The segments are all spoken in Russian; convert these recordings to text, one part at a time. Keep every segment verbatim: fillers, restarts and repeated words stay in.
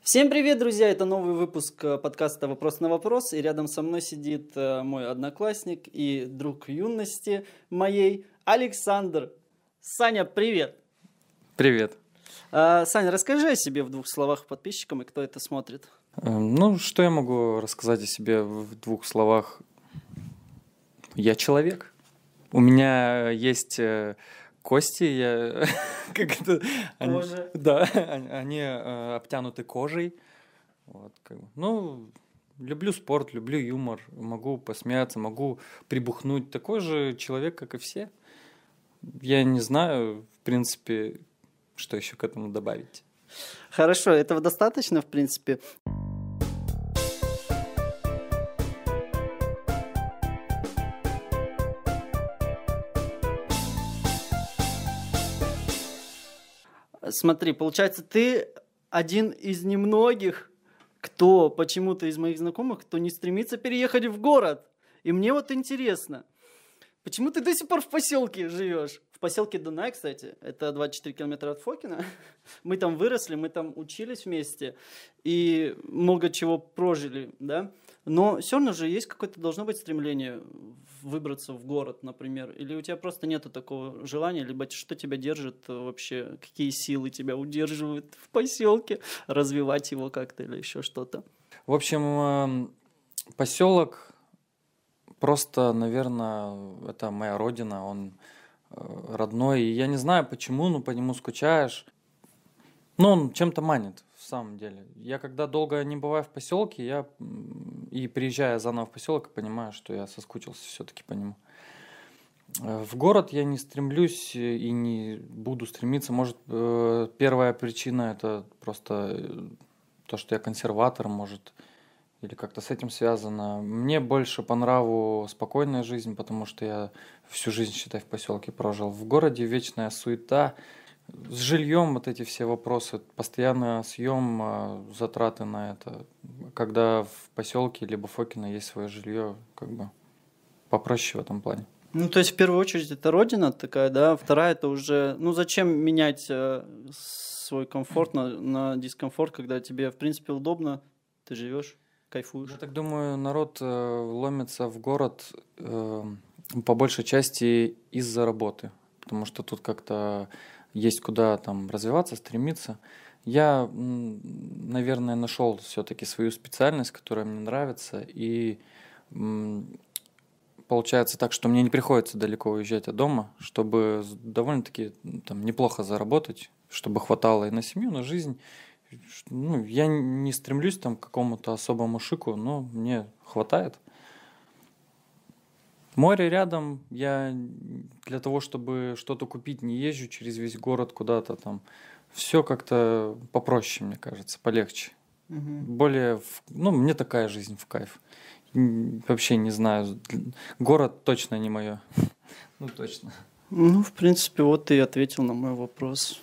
Всем привет, друзья! Это новый выпуск э, подкаста «Вопрос на вопрос». И рядом со мной сидит э, мой одноклассник и друг юности моей Александр. Саня, привет! Привет. А, Саня, расскажи о себе в двух словах подписчикам и кто это смотрит. Эм, Ну, что я могу рассказать о себе в двух словах? Я человек. У меня есть э, кости, я как это, они- Кожа. да, они они, э, обтянуты кожей. Вот, как бы. Ну, люблю спорт, люблю юмор, могу посмеяться, могу прибухнуть. Такой же человек, как и все. Я не знаю, в принципе, что еще к этому добавить. Хорошо, этого достаточно, в принципе. Смотри, получается, ты один из немногих, кто почему-то из моих знакомых, кто не стремится переехать в город. И мне вот интересно, почему ты до сих пор в поселке живешь? В поселке Дунай, кстати, это двадцать четыре километра от Фокина. Мы там выросли, мы там учились вместе и много чего прожили, да? Но все равно же есть какое-то должно быть стремление выбраться в город, например. Или у тебя просто нету такого желания, либо что тебя держит э, вообще, какие силы тебя удерживают в поселке, развивать его как-то или еще что-то. В общем, поселок просто, наверное, это моя родина, он э, родной. И я не знаю почему, но по нему скучаешь. Но он чем-то манит, в самом деле. Я когда долго не бываю в поселке, я м, и приезжая заново в поселок, понимаю, что я соскучился все-таки по нему. Э, В город я не стремлюсь э, и не буду стремиться. Может, э, первая причина это просто э, то, что я консерватор, может, или как-то с этим связано. Мне больше по нраву спокойная жизнь, потому что я всю жизнь, считай, в поселке прожил. В городе вечная суета. С жильем вот эти все вопросы, постоянный съем, а, затраты на это. Когда в поселке либо Фокино есть свое жилье, как бы попроще в этом плане. Ну, то есть, в первую очередь, это родина такая, да, вторая это уже, ну, зачем менять э, свой комфорт на, на дискомфорт, когда тебе, в принципе, удобно, ты живешь, кайфуешь. Я так думаю, народ э, ломится в город э, по большей части из-за работы, потому что тут как-то есть куда там развиваться, стремиться. Я, м, наверное, нашел все-таки свою специальность, которая мне нравится, и м, получается так, что мне не приходится далеко уезжать от дома, чтобы с- довольно-таки м, там неплохо заработать, чтобы хватало и на семью, на жизнь. Ш- Ну, я не стремлюсь там к какому-то особому шику, но мне хватает. Море рядом, я н- для того, чтобы что-то купить, не езжу через весь город куда-то там. Все как-то попроще, мне кажется, полегче. Мгм. Более, в- ну, мне такая жизнь в кайф. Н- Вообще не знаю, д- город точно не мое. Ну, точно. Ну, в принципе, вот ты и ответил на мой вопрос.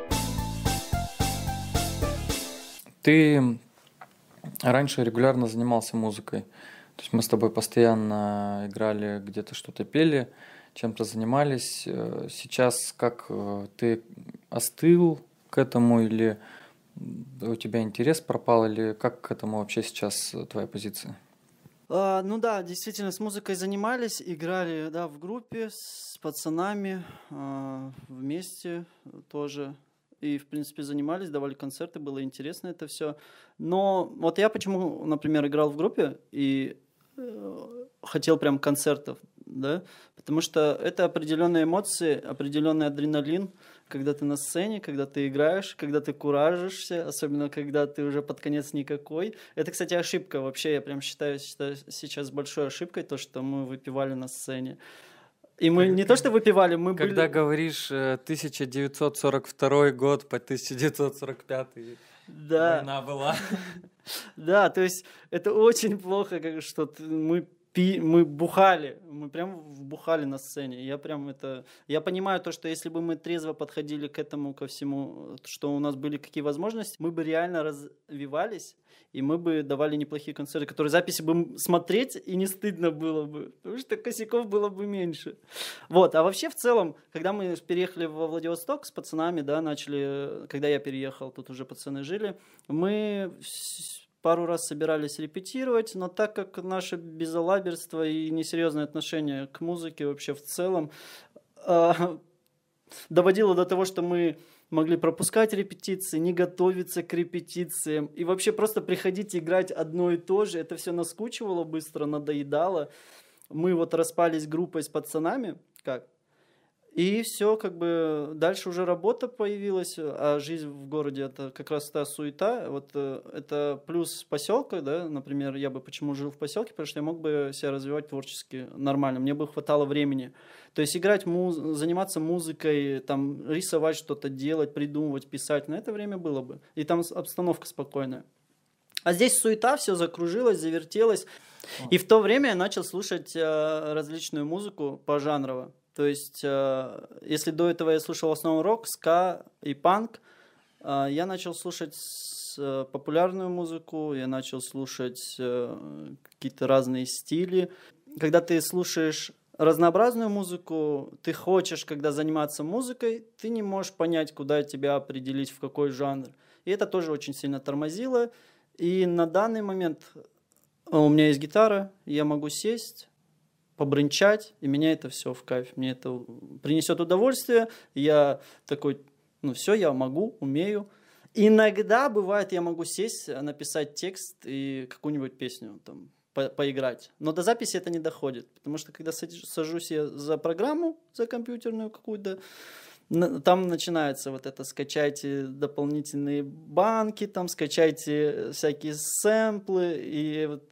Ты раньше регулярно занимался музыкой. То есть мы с тобой постоянно играли, где-то что-то пели, чем-то занимались. Э, Сейчас как э, ты остыл к этому или м, у тебя интерес пропал, или как к этому вообще сейчас э, твоя позиция? А, ну да, действительно, с музыкой занимались, играли, да, в группе с пацанами, а, вместе тоже. И, в принципе, занимались, давали концерты, было интересно это все. Но вот я почему, например, играл в группе и э, хотел прям концертов, да, потому что это определенные эмоции, определенный адреналин, когда ты на сцене, когда ты играешь, когда ты куражишься, особенно когда ты уже под конец никакой. Это, кстати, ошибка. Вообще, я прям считаю, считаю сейчас большой ошибкой то, что мы выпивали на сцене. И мы не то, что выпивали, мы Когда были... говоришь э, тысяча девятьсот сорок второй год по тысяча девятьсот сорок пятый, Да, война была. да, то есть это очень плохо, как что т- мы пи, мы бухали, мы прям бухали на сцене. Я прям это, я понимаю то, что если бы мы трезво подходили к этому, ко всему, что у нас были какие возможности, мы бы реально развивались, и мы бы давали неплохие концерты, которые записи бы смотреть и не стыдно было бы, потому что косяков было бы меньше. Вот, а вообще в целом, когда мы переехали во Владивосток с пацанами, да, начали, когда я переехал, тут уже пацаны жили, мы пару раз собирались репетировать, но так как наше безалаберство и несерьезное отношение к музыке вообще в целом э, доводило до того, что мы могли пропускать репетиции, не готовиться к репетициям и вообще просто приходить играть одно и то же. Это все наскучивало быстро, надоедало. Мы вот распались группой с пацанами, как? И все, как бы дальше уже работа появилась, а жизнь в городе это как раз та суета. Вот э, это плюс поселка, да, например, я бы почему жил в поселке, потому что я мог бы себя развивать творчески нормально, мне бы хватало времени. То есть играть, муз... заниматься музыкой, там, рисовать что-то, делать, придумывать, писать, на это время было бы. И там обстановка спокойная. А здесь суета, все закружилось, завертелось. И в то время я начал слушать э, различную музыку пожанрово. То есть, э, если до этого я слушал в основном рок, ска и панк, э, я начал слушать с, э, популярную музыку, я начал слушать э, какие-то разные стили. Когда ты слушаешь разнообразную музыку, ты хочешь, когда заниматься музыкой, ты не можешь понять, куда тебя определить, в какой жанр. И это тоже очень сильно тормозило. И на данный момент у меня есть гитара, я могу сесть, побрынчать, и меня это все в кайф. Мне это принесет удовольствие. Я такой, ну все, я могу, умею. Иногда бывает, я могу сесть, написать текст и какую-нибудь песню там по- поиграть. Но до записи это не доходит. Потому что когда садись- сажусь я за программу, за компьютерную какую-то, на- там начинается вот это: скачайте дополнительные банки, там скачайте всякие сэмплы, и вот,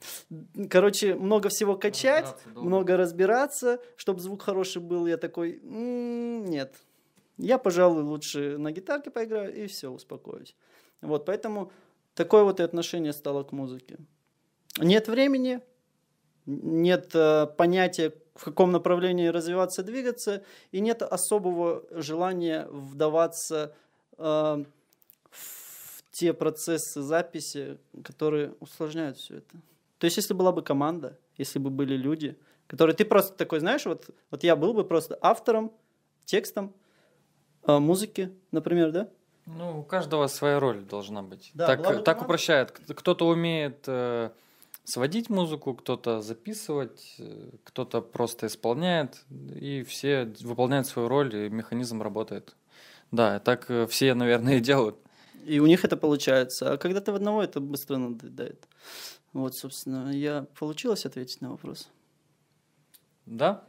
короче, много всего качать, Разбираться долго. много разбираться, чтобы звук хороший был. Я такой, «М, нет, я, пожалуй, лучше на гитарке поиграю и все, успокоюсь». Вот, поэтому такое вот и отношение стало к музыке. Нет времени, нет э, понятия, в каком направлении развиваться, двигаться, и нет особого желания вдаваться э, в те процессы записи, которые усложняют все это. То есть, если была бы команда, если бы были люди, которые ты просто такой, знаешь, вот, вот я был бы просто автором, текстом э, музыки, например, да? Ну, у каждого своя роль должна быть. Да, так была бы так команда. упрощает. К- Кто-то умеет э, сводить музыку, кто-то записывать, э, кто-то просто исполняет, и все выполняют свою роль, и механизм работает. Да, так э, все, наверное, и делают. И у них это получается. А когда ты в одного, это быстро надоедает. Вот, собственно, я получилось ответить на вопрос. Да?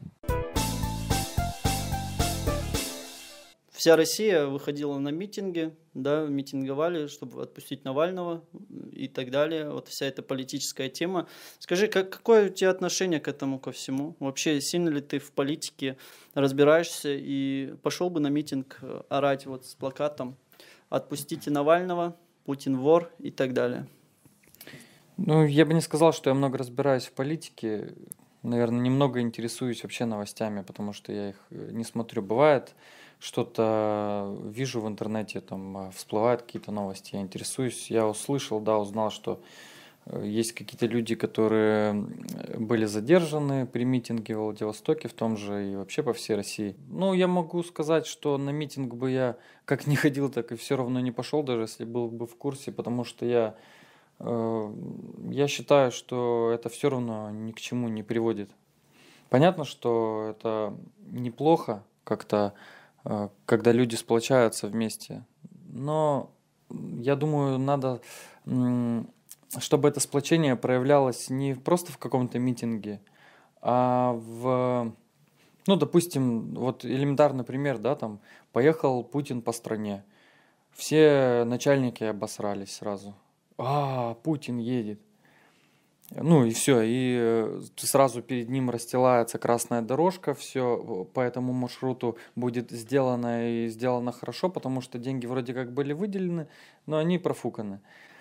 Вся Россия выходила на митинги, да, митинговали, чтобы отпустить Навального и так далее. Вот вся эта политическая тема. Скажи, как, какое у тебя отношение к этому, ко всему? Вообще, сильно ли ты в политике разбираешься и пошел бы на митинг э, орать вот с плакатом «Отпустите Навального, Путин вор» и так далее? Ну, я бы не сказал, что я много разбираюсь в политике. Наверное, немного интересуюсь вообще новостями, потому что я их э, не смотрю. Бывает, что-то вижу в интернете, там э, всплывают какие-то новости, я интересуюсь. Я услышал, да, узнал, что э, есть какие-то люди, которые м, были задержаны при митинге в Владивостоке, в том же и вообще по всей России. Ну, я могу сказать, что на митинг бы я как не ходил, так и все равно не пошел, даже если был бы в курсе, потому что я Э, Я считаю, что это все равно ни к чему не приводит. Понятно, что это неплохо как-то, э, когда люди сплочаются вместе, но я думаю, надо, м, чтобы это сплочение проявлялось не просто в каком-то митинге, а в, ну, допустим, вот элементарный пример, да, там, поехал Путин по стране, все начальники обосрались сразу. А, Путин едет. Ну и все, и э, сразу перед ним расстилается красная дорожка, все по этому маршруту будет сделано и сделано хорошо, потому что деньги вроде как были выделены, но они профуканы.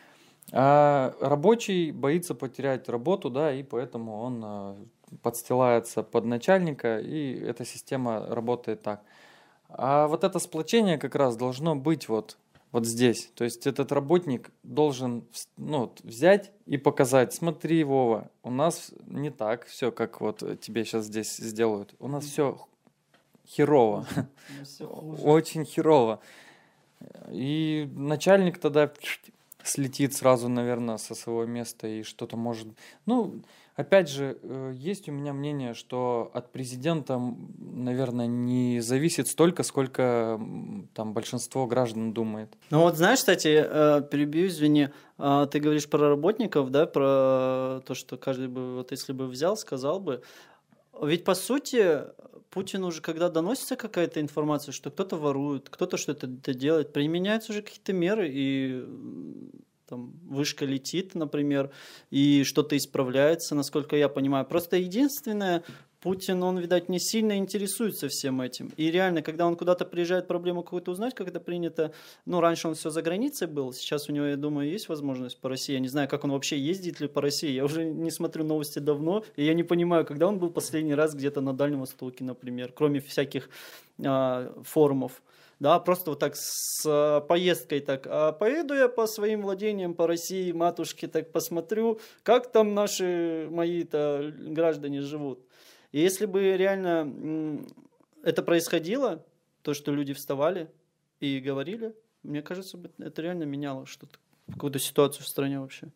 А рабочий боится потерять работу, да, и поэтому он э, подстилается под начальника, и эта система работает так. А вот это сплочение как раз должно быть вот, вот здесь. То есть этот работник должен вс- ну, вот взять и показать, смотри, Вова, у нас не так все, как вот тебе сейчас здесь сделают. У нас все херово, Хуже. Ну, всё хуже. очень херово. И начальник тогда слетит сразу, наверное, со своего места и что-то может... Ну, опять же, э, есть у меня мнение, что от президента, м, наверное, не зависит столько, сколько м, там большинство граждан думает. Ну вот знаешь, кстати, э, перебью, извини, а, ты говоришь про работников, да, про то, что каждый бы, вот если бы взял, сказал бы. Ведь по сути Путин уже, когда доносится какая-то информация, что кто-то ворует, кто-то что-то д- делает, применяются уже какие-то меры, и м, там вышка летит, например, и что-то исправляется, насколько я понимаю. Просто единственное, Путин, он, видать, не сильно интересуется всем этим. И реально, когда он куда-то приезжает, проблему какую-то узнать, как это принято, ну, раньше он все за границей был, сейчас у него, я думаю, есть возможность по России. Я не знаю, как он вообще ездит ли по России. Я уже не смотрю новости давно, и я не понимаю, когда он был последний раз где-то на Дальнем Востоке, например, кроме всяких а, форумов. Да, просто вот так с а, поездкой так. А поеду я по своим владениям по России, матушке, так посмотрю, как там наши мои-то граждане живут. И если бы реально м, это происходило, то, что люди вставали и говорили, мне кажется, бы это реально меняло что-то, какую-то ситуацию в стране вообще.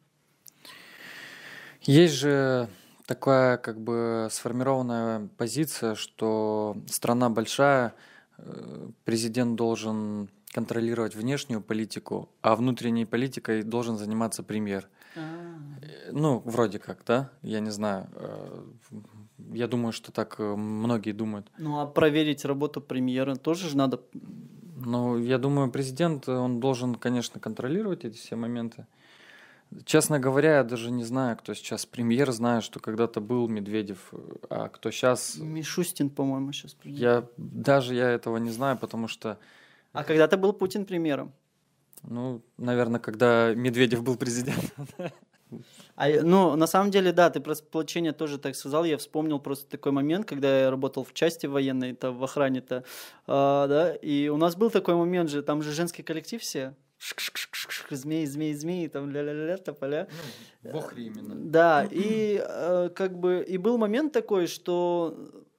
Есть же такая как бы сформированная позиция, что страна большая, э, президент должен контролировать внешнюю политику, а внутренней политикой должен заниматься премьер. А. Э, Ну, вроде как, да? Я не знаю. э, Я думаю, что так э, многие думают. Ну а проверить работу премьера тоже же надо. Но я думаю, президент, э, он должен, конечно, контролировать эти все моменты. Честно говоря, я даже не знаю, кто сейчас премьер, знаю, что когда-то был Медведев, э, а кто сейчас, Мишустин, по-моему, сейчас премьер. я даже я этого не знаю, потому что, А когда-то был Путин премьером. ну, наверное, когда Медведев был президентом. А, я- ну, на самом деле, да, ты про сплочение тоже так сказал. Я вспомнил просто такой момент, когда я работал в части военной, то в охране-то, а, да, и у нас был такой момент же, там же женский коллектив все, Шк-шк-шк-шк, змеи, змеи, змеи, там ля-ля-ля, тополя. Ну, в Охре именно. Да, и э, как бы и был момент такой, что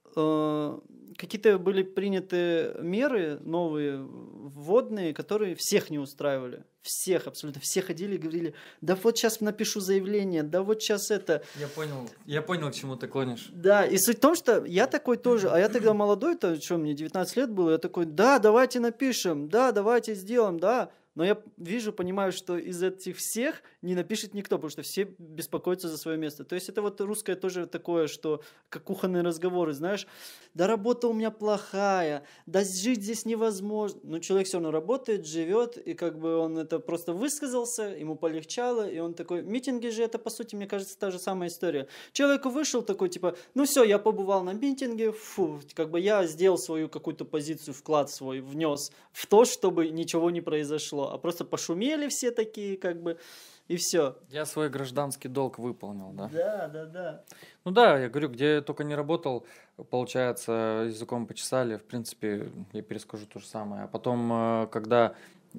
э, какие-то были приняты меры новые, вводные, которые всех не устраивали. Всех, абсолютно все ходили и говорили, да вот сейчас напишу заявление, да вот сейчас это. Я понял, я понял, к чему ты клонишь. Да, и суть в том, что я такой тоже, а я тогда молодой-то, что, мне девятнадцать лет было, я такой, да, давайте напишем, да, давайте сделаем, да. Но я вижу, понимаю, что из этих всех не напишет никто, потому что все беспокоятся за свое место. То есть это вот русское тоже такое, что как кухонные разговоры, знаешь, да работа у меня плохая, да жить здесь невозможно. Но человек все равно работает, живет, и как бы он это просто высказался, ему полегчало, и он такой, митинги же это, по сути, мне кажется, та же самая история. Человек вышел такой, типа, ну все, я побывал на митинге, фу, как бы я сделал свою какую-то позицию, вклад свой внес в то, чтобы ничего не произошло, а просто пошумели все такие, как бы, и все. Я свой гражданский долг выполнил, да. Да, да, да. Ну да, я говорю, где я только не работал, получается, языком почесали, в принципе, я перескажу то же самое. А потом, э, когда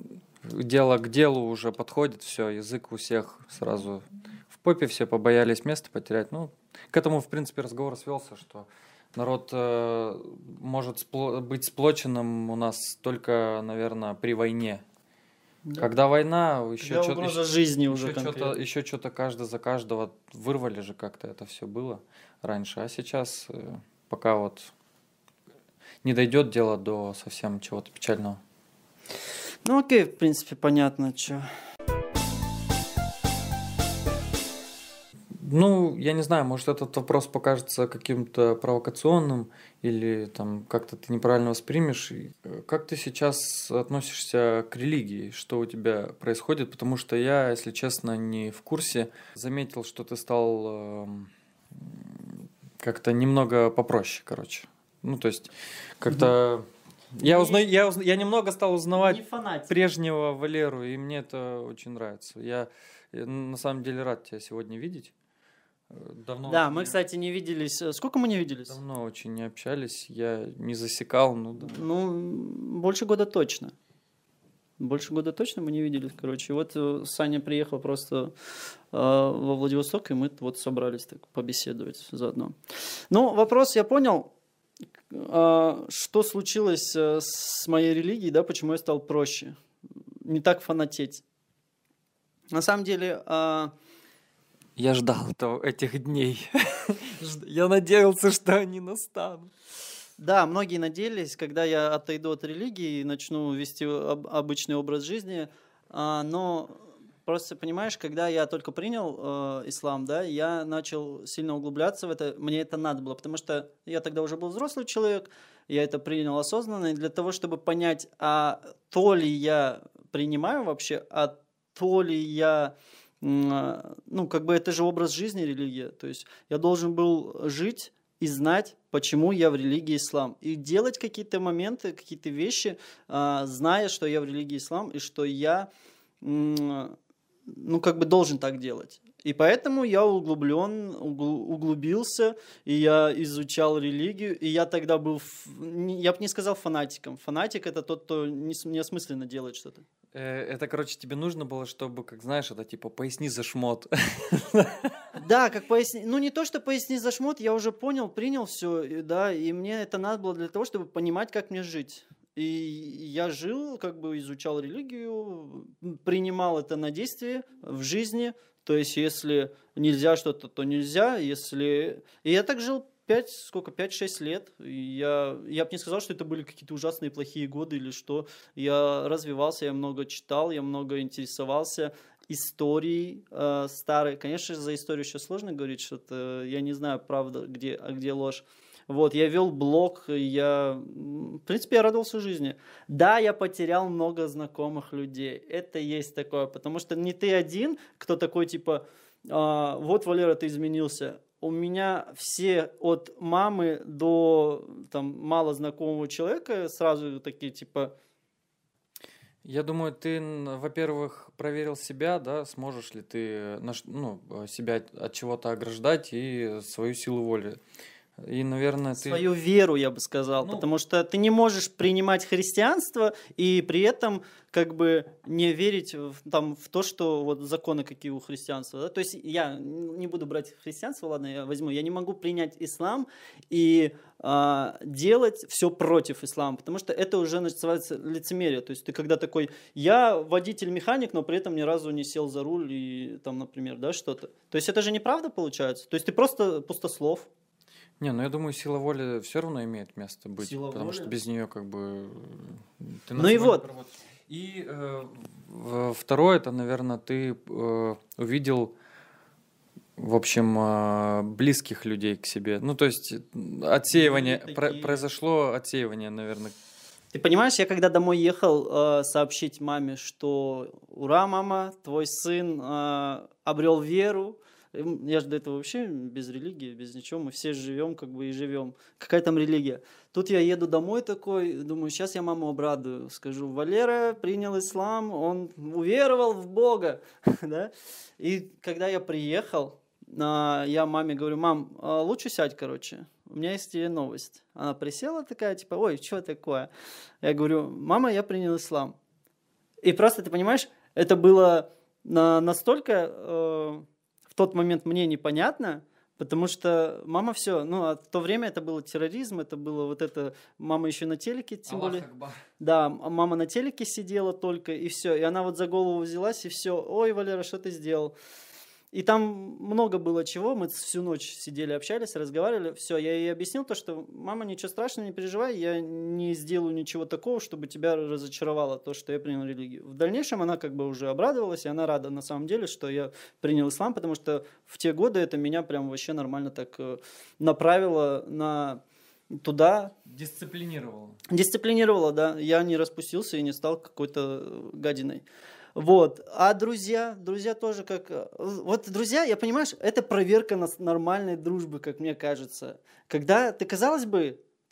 дело к делу уже подходит, все, язык у всех сразу в попе, все побоялись место потерять. Ну, к этому, в принципе, разговор свелся, что народ э, может спло- быть сплоченным у нас только, наверное, при войне. Да. Когда война, еще Когда что-то... угроза жизни уже Еще что-то, конкретно. еще что-то каждый за каждого вырвали же как-то это все было раньше, а сейчас э, пока вот не дойдет дело до совсем чего-то печального. Ну окей, в принципе, понятно, что. Ну, я не знаю, может этот вопрос покажется каким-то провокационным или там как-то ты неправильно воспримешь. И, э, Как ты сейчас относишься к религии? Что у тебя происходит? Потому что я, если честно, не в курсе. Заметил, что ты стал эм, как-то немного попроще, короче. Ну, то есть как-то Я, Не, узнаю, я, уз- я немного стал не узнавать фанатик. прежнего Валеру, и мне это очень нравится. Я, э, на самом деле рад тебя сегодня видеть. Э, Давно Да, очень мы, не, кстати, не виделись. э, Сколько мы не виделись? давно очень не общались. Я не засекал, ну да. Ну, м, больше года точно. Больше года точно мы не виделись, короче. И вот э, Саня приехал просто э, во Владивосток, и мы вот собрались так побеседовать заодно. Ну, вопрос я понял. А, что случилось э, с моей религией, да, почему я стал проще, не так фанатеть. На самом деле, а, Я ждал этого, этих дней. Жд- Я надеялся, что они настанут. да, многие надеялись, когда я отойду от религии и начну вести об- обычный образ жизни, а, но просто понимаешь, когда я только принял э, ислам, да, я начал сильно углубляться в это, мне это надо было, потому что я тогда уже был взрослый человек, я это принял осознанно, и для того, чтобы понять, а то ли я принимаю вообще, а то ли я, м, а, ну, как бы это же образ жизни, религия, то есть я должен был жить и знать, почему я в религии ислам. И делать какие-то моменты, какие-то вещи, а, зная, что я в религии ислам, и что я, м, ну, как бы должен так делать. И поэтому я углублен, угл- углубился, и я изучал религию, и я тогда был, ф- не- я бы не сказал фанатиком. Фанатик — это тот, кто нес- неосмысленно делает что-то. Э, Это, короче, тебе нужно было, чтобы, как знаешь, это типа поясни за шмот. Да, как поясни... Ну, не то, что поясни за шмот, я уже понял, принял все, да, и мне это надо было для того, чтобы понимать, как мне жить. И я жил, как бы изучал религию, м, принимал это на действие в жизни. То есть, если нельзя что-то, то нельзя. Если... И я так жил пять, сколько, пять-шесть лет. И я, я бы не сказал, что это были какие-то ужасные плохие годы или что. Я развивался, я много читал, я много интересовался истории э, старой. Конечно, за историю сейчас сложно говорить, что-то я не знаю, правда, где, а где ложь. Вот, я вел блог, я, м, в принципе, я радовался жизни. Да, я потерял много знакомых людей, это есть такое, потому что не ты один, кто такой, типа, «А, вот, Валера, ты изменился». У меня все от мамы до там мало знакомого человека сразу такие, типа, Я думаю, ты, н- во-первых, проверил себя, да, сможешь ли ты э, наш- ну, э, себя от от чего-то ограждать и свою силу воли. И, наверное, ты... свою веру, я бы сказал, Ну, потому что ты не можешь принимать христианство и при этом как бы не верить в, там, в то, что вот законы какие у христианства. Да? То есть я не буду брать христианство, ладно, я возьму. Я не могу принять ислам и а, делать все против ислама, потому что это уже называется лицемерие. То есть ты когда такой, я водитель-механик, но при этом ни разу не сел за руль и там, например, да, что-то. То есть это же неправда получается. То есть ты просто пустослов. не, ну я думаю, сила воли все равно имеет место быть, Сила потому что воли? без нее как бы э, ты над Ну и собой не вот, поработаешь. И э, в- второе, это, наверное, ты э, увидел, в общем, э, близких людей к себе. Ну, то есть м, отсеивание, были про- такие. произошло отсеивание, наверное. Ты понимаешь, я когда домой ехал э, сообщить маме, что ура, мама, твой сын э, обрел веру. М, Я же до этого вообще без религии, без ничего, мы все живем как бы и живем. Какая там религия? Тут я еду домой такой, думаю, сейчас я маму обрадую. Скажу, Валера принял ислам, он уверовал в Бога. Да? И когда я приехал, а, я маме говорю, мам, а, лучше сядь, короче, у меня есть тебе новость. Она присела такая, типа, ой, что такое? Я говорю, мама, я принял ислам. И просто, ты понимаешь, это было на- настолько э, в тот момент мне непонятно, потому что мама все, ну, а в то время это было терроризм, это было вот это, мама еще на телеке, тем Аллах более. Акбар. Да, м- мама на телеке сидела только, и все. И она вот за голову взялась, и все. Ой, Валера, что ты сделал? И там много было чего, мы всю ночь сидели, общались, разговаривали. Все, я ей объяснил то, что мама, ничего страшного, не переживай, я не сделаю ничего такого, чтобы тебя разочаровало то, что я принял религию. В дальнейшем она как бы уже обрадовалась, и она рада на самом деле, что я принял ислам, потому что в те годы это меня прям вообще нормально так э, направило на туда, Дисциплинировал. дисциплинировало, да. Я не распустился и не стал какой-то э, гадиной. Вот. А друзья, друзья тоже как... э, Вот друзья, я понимаешь, это проверка нас- нормальной дружбы, как мне кажется. Когда ты, казалось бы,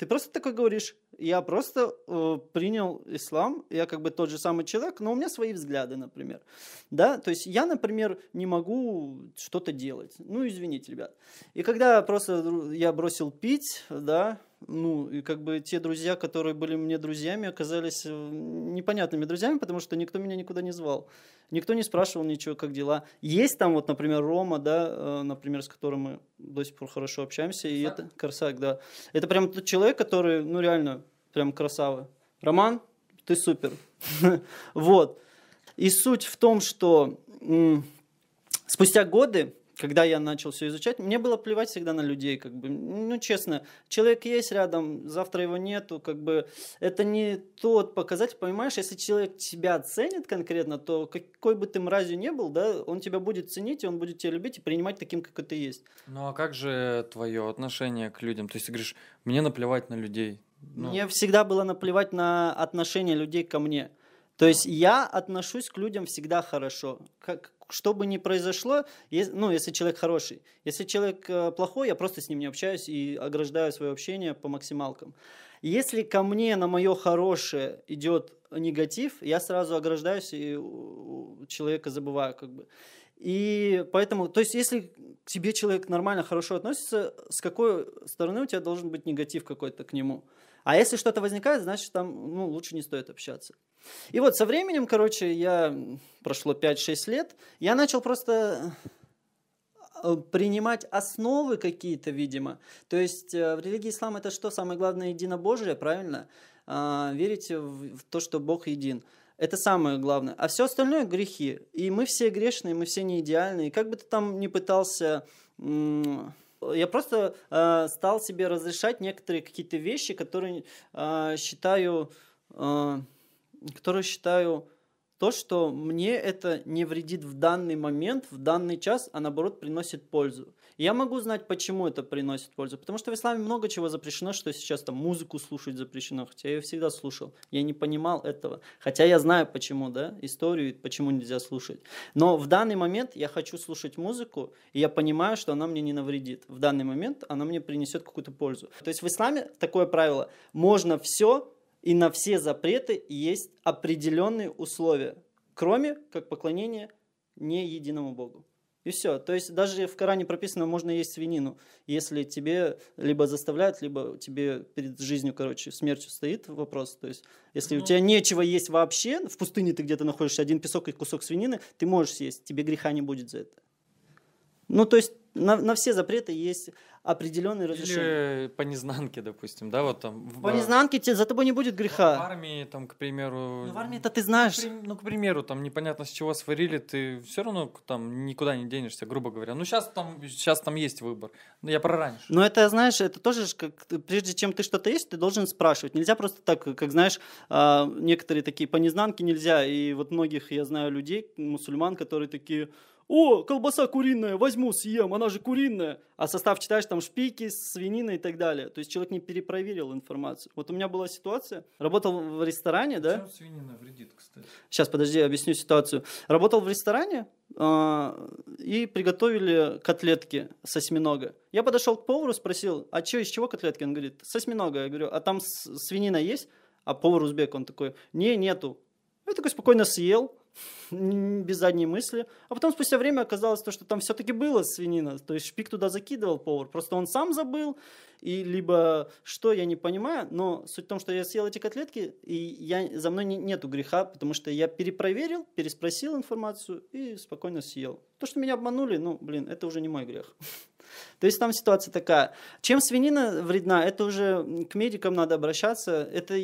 Ты просто такой говоришь, я просто э, принял ислам, я как бы тот же самый человек, но у меня свои взгляды, например. Да, то есть я, например, не могу что-то делать. Ну, извините, ребят. И когда просто я бросил пить, да, ну, и как бы те друзья, которые были мне друзьями, оказались непонятными друзьями, потому что никто меня никуда не звал. Никто не спрашивал ничего, как дела. Есть там вот, например, Рома, да, например, с которым мы до сих пор хорошо общаемся. Корсак? И это Корсак, да. Это прям тот человек, который, ну, реально, прям красава. Роман, ты супер. Вот. И суть в том, что спустя годы, когда я начал все изучать, мне было плевать всегда на людей, как бы, ну, честно, человек есть рядом, завтра его нету, как бы, это не тот показатель, понимаешь, если человек тебя ценит конкретно, то какой бы ты мразью не был, да, он тебя будет ценить, и он будет тебя любить и принимать таким, как ты есть. Ну, а как же твое отношение к людям? То есть ты говоришь, мне наплевать на людей. Ну... Мне всегда было наплевать на отношение людей ко мне. То есть я отношусь к людям всегда хорошо. Как, что бы ни произошло, если, ну, если человек хороший. Если человек э, плохой, я просто с ним не общаюсь и ограждаю свое общение по максималкам. Если ко мне на мое хорошее идет негатив, я сразу ограждаюсь и у человека забываю, как бы. И поэтому, то есть, если к тебе человек нормально, хорошо относится, с какой стороны у тебя должен быть негатив какой-то к нему? А если что-то возникает, значит, там, ну, лучше не стоит общаться. И вот со временем, короче, я, прошло пять-шесть лет, я начал просто принимать основы какие-то, видимо. То есть в религии ислам это что? Самое главное единобожие, правильно? Верить в то, что Бог един. Это самое главное. А все остальное грехи. И мы все грешные, мы все не идеальные. И как бы ты там ни пытался... Я просто э, стал себе разрешать некоторые какие-то вещи, которые э, считаю, э, которые считаю то, что мне это не вредит в данный момент, в данный час, а наоборот приносит пользу. И я могу знать, почему это приносит пользу. Потому что в исламе много чего запрещено, что сейчас там музыку слушать запрещено, хотя я ее всегда слушал. Я не понимал этого. Хотя я знаю, почему, да, историю, почему нельзя слушать. Но в данный момент я хочу слушать музыку, и я понимаю, что она мне не навредит. В данный момент она мне принесет какую-то пользу. То есть в исламе такое правило. Можно все, и на все запреты есть определенные условия, кроме как поклонения не единому Богу. И все. То есть даже в Коране прописано, можно есть свинину, если тебе либо заставляют, либо тебе перед жизнью, короче, смертью стоит вопрос. То есть если ну... у тебя нечего есть вообще, в пустыне ты где-то находишься, один песок и кусок свинины, ты можешь съесть, тебе греха не будет за это. Ну, то есть на, на все запреты есть определенные разрешения. Или по незнанке, допустим, да, вот там. По в... незнанке тебе, за тобой не будет греха. В армии, там, к примеру. Ну, в армии-то ты знаешь. Ну, ну, к примеру, там непонятно с чего сварили, ты все равно там никуда не денешься, грубо говоря. Ну, сейчас там, сейчас там есть выбор. Но я про раньше. Но это, знаешь, это тоже, как прежде чем ты что-то есть, ты должен спрашивать. Нельзя просто так, как знаешь, некоторые такие по незнанке нельзя. И вот многих я знаю людей, мусульман, которые такие. О, колбаса куриная, возьму, съем, она же куриная. А состав читаешь, там шпики, свинина и так далее. То есть человек не перепроверил информацию. Вот у меня была ситуация, работал в ресторане, да? Чем свинина вредит, кстати? Сейчас, подожди, объясню ситуацию. Работал в ресторане э, и приготовили котлетки с осьминога. Я подошел к повару, спросил, а что, из чего котлетки? Он говорит, с осьминога. Я говорю, а там свинина есть? А повар узбек, он такой, не, нету. Я такой спокойно съел, без задней мысли. А потом спустя время оказалось, то, что там все-таки было свинина. То есть шпик туда закидывал повар. Просто он сам забыл. И либо что, я не понимаю. Но суть в том, что я съел эти котлетки, и я, за мной не, нету греха, потому что я перепроверил, переспросил информацию и спокойно съел. То, что меня обманули, ну, блин, это уже не мой грех. То есть там ситуация такая. Чем свинина вредна, это уже к медикам надо обращаться. Это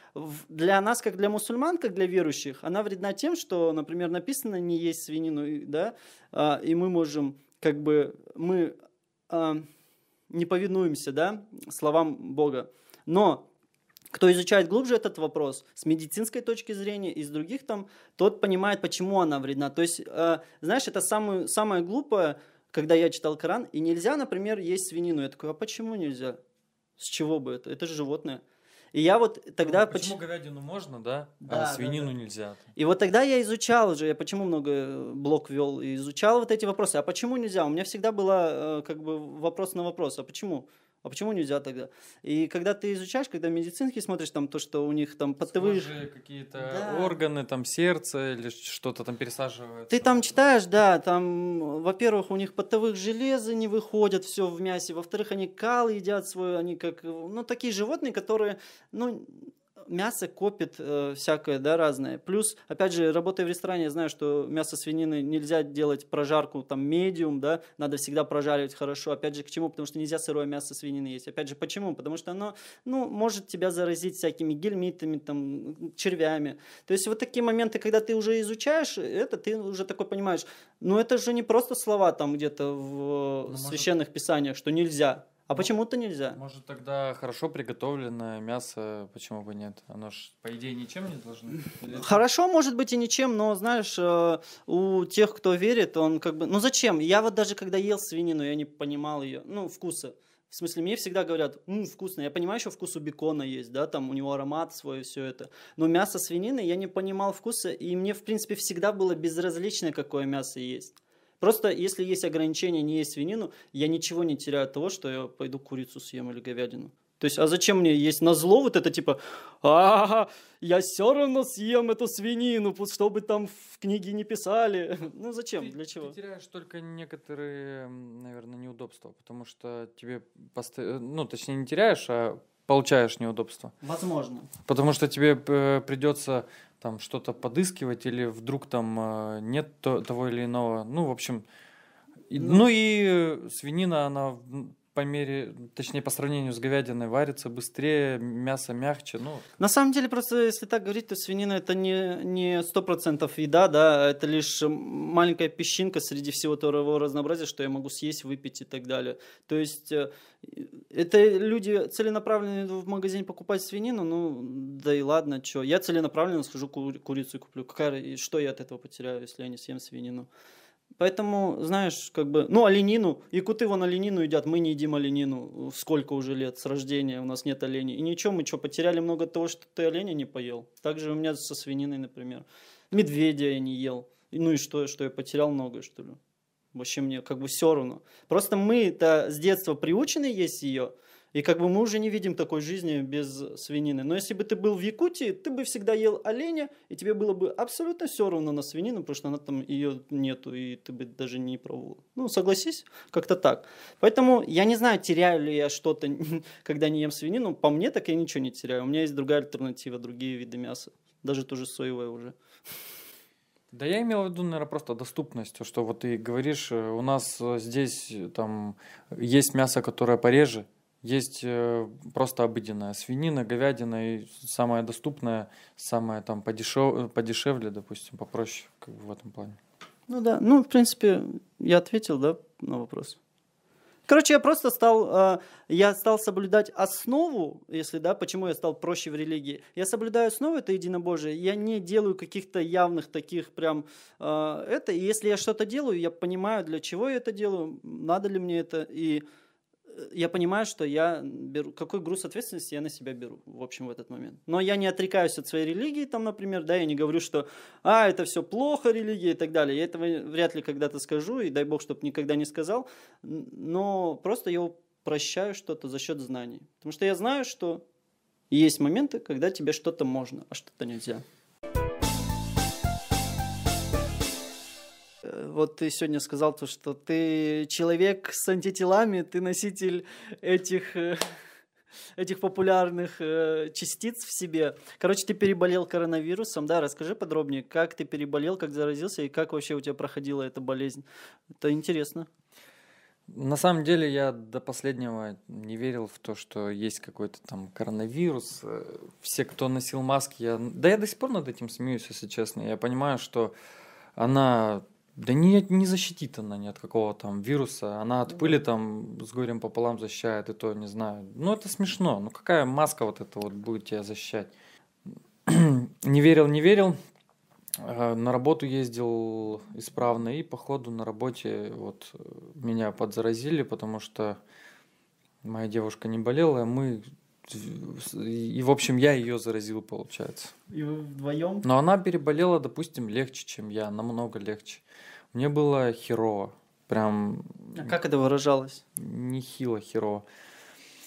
для нас, как для мусульман, как для верующих, она вредна тем, что, например, написано не есть свинину, да, и мы можем, как бы, мы не повинуемся, да, словам Бога. Но кто изучает глубже этот вопрос с медицинской точки зрения и с других там, тот понимает, почему она вредна. То есть, знаешь, это самое, самое глупое, когда я читал Коран, и нельзя, например, есть свинину. Я такой, а почему нельзя? С чего бы это? Это же животное. И я вот тогда... Ну, почему поч... говядину можно, да, да а свинину да, да. нельзя? И вот тогда я изучал уже, я почему много блог вел, и изучал вот эти вопросы. А почему нельзя? У меня всегда был как бы вопрос на вопрос. А почему? А почему нельзя тогда? И когда ты изучаешь, когда медицинский смотришь, там то, что у них там потовые... Схожие какие-то Да. органы, там сердце или что-то там пересаживается. Ты там читаешь, да, там, во-первых, у них потовых железы не выходят, все в мясе, во-вторых, они кал едят свой, они как, ну, такие животные, которые, ну, мясо копит э, всякое, да, разное. Плюс, опять же, работая в ресторане, я знаю, что мясо свинины нельзя делать прожарку там медиум, да, надо всегда прожаривать хорошо. Опять же, к чему? Потому что нельзя сырое мясо свинины есть. Опять же, почему? Потому что оно, ну, может тебя заразить всякими гельминтами, там, червями. То есть вот такие моменты, когда ты уже изучаешь это, ты уже такой понимаешь, ну, это же не просто слова там где-то в Ну, священных может... писаниях, что нельзя. А Ну, почему-то нельзя. Может, тогда хорошо приготовленное мясо, почему бы нет? Оно ж, по идее, ничем не должно? Или... Хорошо, может быть, и ничем, но, знаешь, у тех, кто верит, он как бы... Ну, зачем? Я вот даже когда ел свинину, я не понимал ее, ну, вкуса. В смысле, мне всегда говорят, ммм, вкусно. Я понимаю, что вкус у бекона есть, да, там у него аромат свой и все это. Но мясо свинины я не понимал вкуса, и мне, в принципе, всегда было безразлично, какое мясо есть. Просто если есть ограничение не есть свинину, я ничего не теряю от того, что я пойду курицу съем или говядину. То есть, а зачем мне есть назло вот это типа, а я все равно съем эту свинину, что бы там в книге не писали. Ну зачем, ты, для чего? Ты теряешь только некоторые, наверное, неудобства, потому что тебе, постоянно, ну точнее не теряешь, а получаешь неудобства. Возможно. Потому что тебе придется там что-то подыскивать или вдруг там нет того или иного. Ну, в общем, и, ну, ну и свинина, она по мере, точнее, по сравнению с говядиной варится быстрее, мясо мягче. Ну. На самом деле, просто если так говорить, то свинина это не, не сто процентов еда, да, это лишь маленькая песчинка среди всего того разнообразия, что я могу съесть, выпить и так далее. То есть, это люди целенаправленно в магазине покупать свинину, ну, да и ладно, что. Я целенаправленно схожу кури- курицу и куплю. Какая, что я от этого потеряю, если я не съем свинину? Поэтому, знаешь, как бы, ну, оленину, якуты вон оленину едят, мы не едим оленину, сколько уже лет, с рождения у нас нет оленей. И ничего, мы что, потеряли много от того, что ты оленя не поел? Также у меня со свининой, например. Медведя я не ел. Ну и что, что я потерял многое, что ли? Вообще мне как бы все равно. Просто мы-то с детства приучены есть ее, и как бы мы уже не видим такой жизни без свинины. Но если бы ты был в Якутии, ты бы всегда ел оленя, и тебе было бы абсолютно все равно на свинину, потому что она там ее нету, и ты бы даже не пробовал. Ну, согласись, как-то так. Поэтому я не знаю, теряю ли я что-то, когда не ем свинину. По мне, так я ничего не теряю. У меня есть другая альтернатива, другие виды мяса. Даже тоже соевое уже. Да я имел в виду, наверное, просто доступность, что вот ты говоришь, у нас здесь там есть мясо, которое пореже, есть просто обыденная свинина, говядина, и самая доступная, самая там подешев... подешевле, допустим, попроще, как бы в этом плане. Ну да, ну, в принципе, я ответил, да, на вопрос. Короче, я просто стал, я стал соблюдать основу, если, да, почему я стал проще в религии. Я соблюдаю основу, это единобожие, я не делаю каких-то явных таких прям, это, и если я что-то делаю, я понимаю, для чего я это делаю, надо ли мне это, и я понимаю, что я беру, какой груз ответственности я на себя беру, в общем, в этот момент. Но я не отрекаюсь от своей религии, там, например, да, я не говорю, что, а, это все плохо, религия и так далее. Я этого вряд ли когда-то скажу, и дай бог, чтобы никогда не сказал, но просто я прощаю что-то за счет знаний. Потому что я знаю, что есть моменты, когда тебе что-то можно, а что-то нельзя. Вот ты сегодня сказал то, что ты человек с антителами, ты носитель этих, этих популярных частиц в себе. Короче, ты переболел коронавирусом, да? Расскажи подробнее, как ты переболел, как заразился и как вообще у тебя проходила эта болезнь. Это интересно. На самом деле я до последнего не верил в то, что есть какой-то там коронавирус. Все, кто носил маски, я... да я до сих пор над этим смеюсь, если честно. Я понимаю, что она... Да не, не защитит она ни от какого там вируса. Она от пыли там с горем пополам защищает, и то не знаю. Ну, это смешно. Ну, какая маска вот эта вот будет тебя защищать? Не верил, не верил. На работу ездил исправно, и по ходу на работе вот меня подзаразили, потому что моя девушка не болела, а мы... И, в общем, я ее заразил, получается. И вы вдвоем? Но она переболела, допустим, легче, чем я, намного легче. Мне было херово. Прям... А как это выражалось? Нехило херово.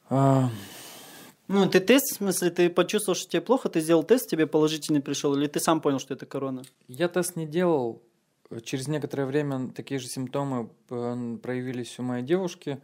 А, Ну, ты тест, в смысле, ты почувствовал, что тебе плохо, ты сделал тест, тебе положительный пришел, или ты сам понял, что это корона? Я тест не делал. Через некоторое время такие же симптомы э, проявились у моей девушки.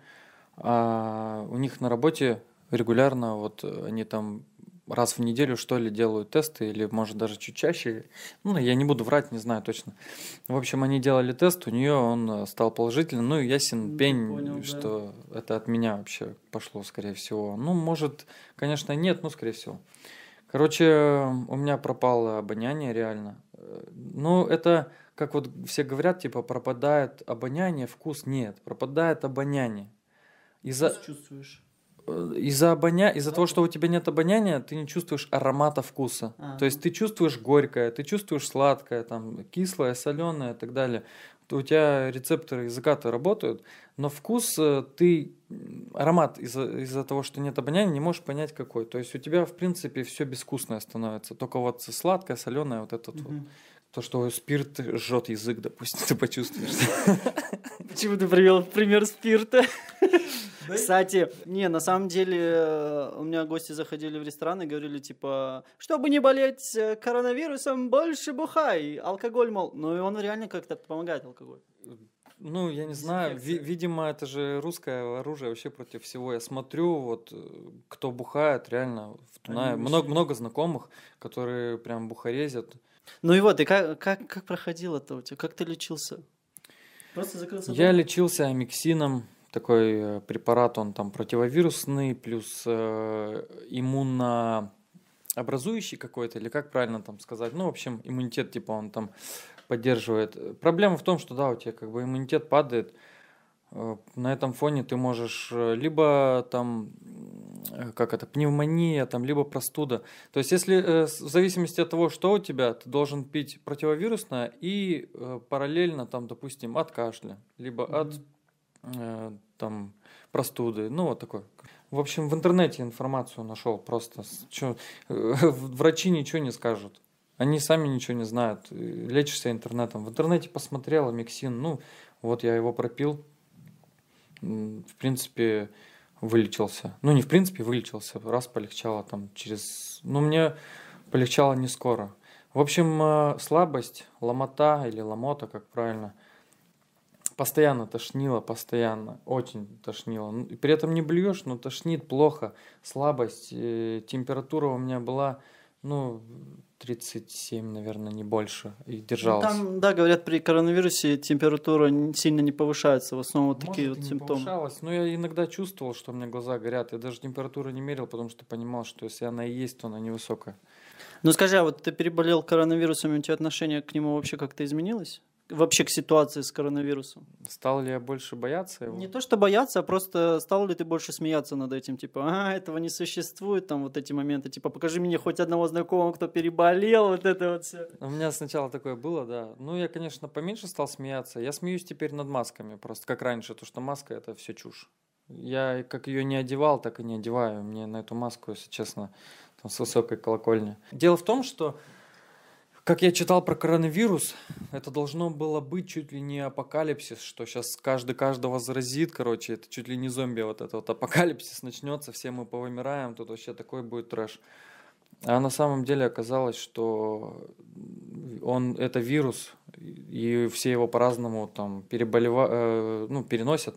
А у них на работе регулярно, вот э, они там раз в неделю, что ли, делают тесты, или, может, даже чуть чаще. Ну, я не буду врать, не знаю точно. В общем, они делали тест, у нее он э, стал положительным. Ну, и ясен Ну, пень, понял, да. что это от меня вообще пошло, скорее всего. Ну, может, конечно, нет, но, скорее всего. Короче, у меня пропало обоняние реально. Э, Ну, это, как вот все говорят, типа, пропадает обоняние, вкус нет. Пропадает обоняние. Из-за Вкус чувствуешь. э, из-за обоня... из-за того, Запах. что у тебя нет обоняния, ты не чувствуешь аромата вкуса. А, То есть ты чувствуешь горькое, ты чувствуешь сладкое, там, кислое, соленое и так далее. То у тебя рецепторы языка-то работают, но вкус э, ты, м, аромат из-за из-за того, что нет обоняния, не можешь понять какой. То есть у тебя, в принципе, все безвкусное становится. Только вот сладкое, соленое, вот это вот. мгм. То, что спирт жжет язык, допустим, ты почувствуешь. Почему ты привел пример спирта? Кстати, не, на самом деле, э, у меня гости заходили в ресторан и говорили, типа, чтобы не болеть э, коронавирусом, больше бухай. Алкоголь, мол. Ну, и он реально как-то помогает, алкоголь. Ну, я не знаю, ви- Дезинфекция. видимо, это же русское оружие вообще против всего. Я смотрю, вот, э, кто бухает, реально, в Дунае, Они много, ушли. много знакомых, которые прям бухарезят. Ну и вот, и как, как, как проходило это у тебя? Как ты лечился? Просто закрылся Я дома? лечился амиксином, такой э, препарат, он там противовирусный, плюс э, иммунообразующий какой-то, или как правильно там сказать, ну, в общем, иммунитет, типа, он там поддерживает. Проблема в том, что, да, у тебя как бы иммунитет падает, э, на этом фоне ты можешь э, либо там, э, как это, пневмония, там, либо простуда. То есть, если э, с- в зависимости от того, что у тебя, ты должен пить противовирусное и э, параллельно, там, допустим, от кашля, либо от Мгм. э, там простуды, ну вот такой. В общем, в интернете информацию нашел просто. С- чё, э, врачи ничего не скажут. Они сами ничего не знают. Э, Лечишься интернетом. В интернете посмотрел амиксин. Ну, вот я его пропил. М, В принципе, вылечился. Ну, не в принципе, вылечился. Раз полегчало там через... Ну, мне полегчало не скоро. В общем, э, слабость, ломота или ломота, как правильно, постоянно тошнило, постоянно, очень тошнило. Ну, и при этом не блюешь, но тошнит плохо, слабость, э, температура у меня была, ну, тридцать семь, наверное, не больше, и Ну, держалась. там, да, говорят, при коронавирусе температура н- сильно не повышается. В основном вот такие Может, и вот не симптомы. повышалась, но я иногда чувствовал, что у меня глаза горят. Я даже температуру не мерил, потому что понимал, что если она и есть, то она невысокая. Ну скажи, а вот ты переболел коронавирусом, и у тебя отношение к нему вообще как-то изменилось? Вообще к ситуации с коронавирусом? Стал ли я больше бояться Не его? то что бояться, а просто стал ли ты больше смеяться над этим? Типа, а, этого не существует, там вот эти моменты. Типа, покажи мне хоть одного знакомого, кто переболел, вот это вот все. У меня сначала такое было, да. Ну, я, конечно, поменьше стал смеяться. Я смеюсь теперь над масками, просто как раньше, то, что маска — это все чушь. Я как ее не одевал, так и не одеваю. Мне на эту маску, если честно, там с высокой колокольни. Дело в том, что, как я читал про коронавирус, это должно было быть чуть ли не апокалипсис, что сейчас каждый каждого заразит, короче, это чуть ли не зомби, вот это вот апокалипсис начнется, все мы повымираем, тут вообще такой будет трэш. А на самом деле оказалось, что он это вирус, и все его по-разному там переболевают, ну, переносят.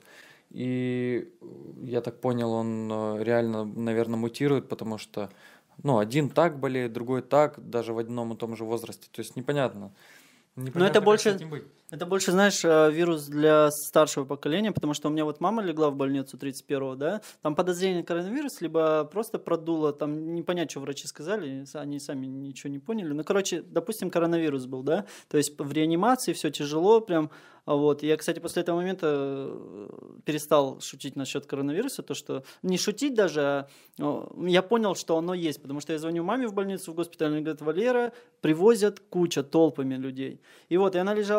И я так понял, он э, реально, наверное, мутирует, потому что, ну, один так болеет, другой так, даже в одном и том же возрасте. То есть непонятно. Но это Непонятно, как с больше, этим быть. это больше, знаешь, э, вирус для старшего поколения, потому что у меня вот мама легла в больницу тридцать первого, да, там подозрение на коронавирус, либо просто продуло, там не понять, что врачи сказали, с- они сами ничего не поняли. Ну, короче, допустим, коронавирус был, да, то есть в реанимации все тяжело прям, а вот. Я, кстати, после этого момента э, перестал шутить насчет коронавируса, то, что не шутить даже, а о, я понял, что оно есть, потому что я звоню маме в больницу, в госпиталь, она говорит, Валера, привозят куча, толпами людей. И вот, и она лежала в палате,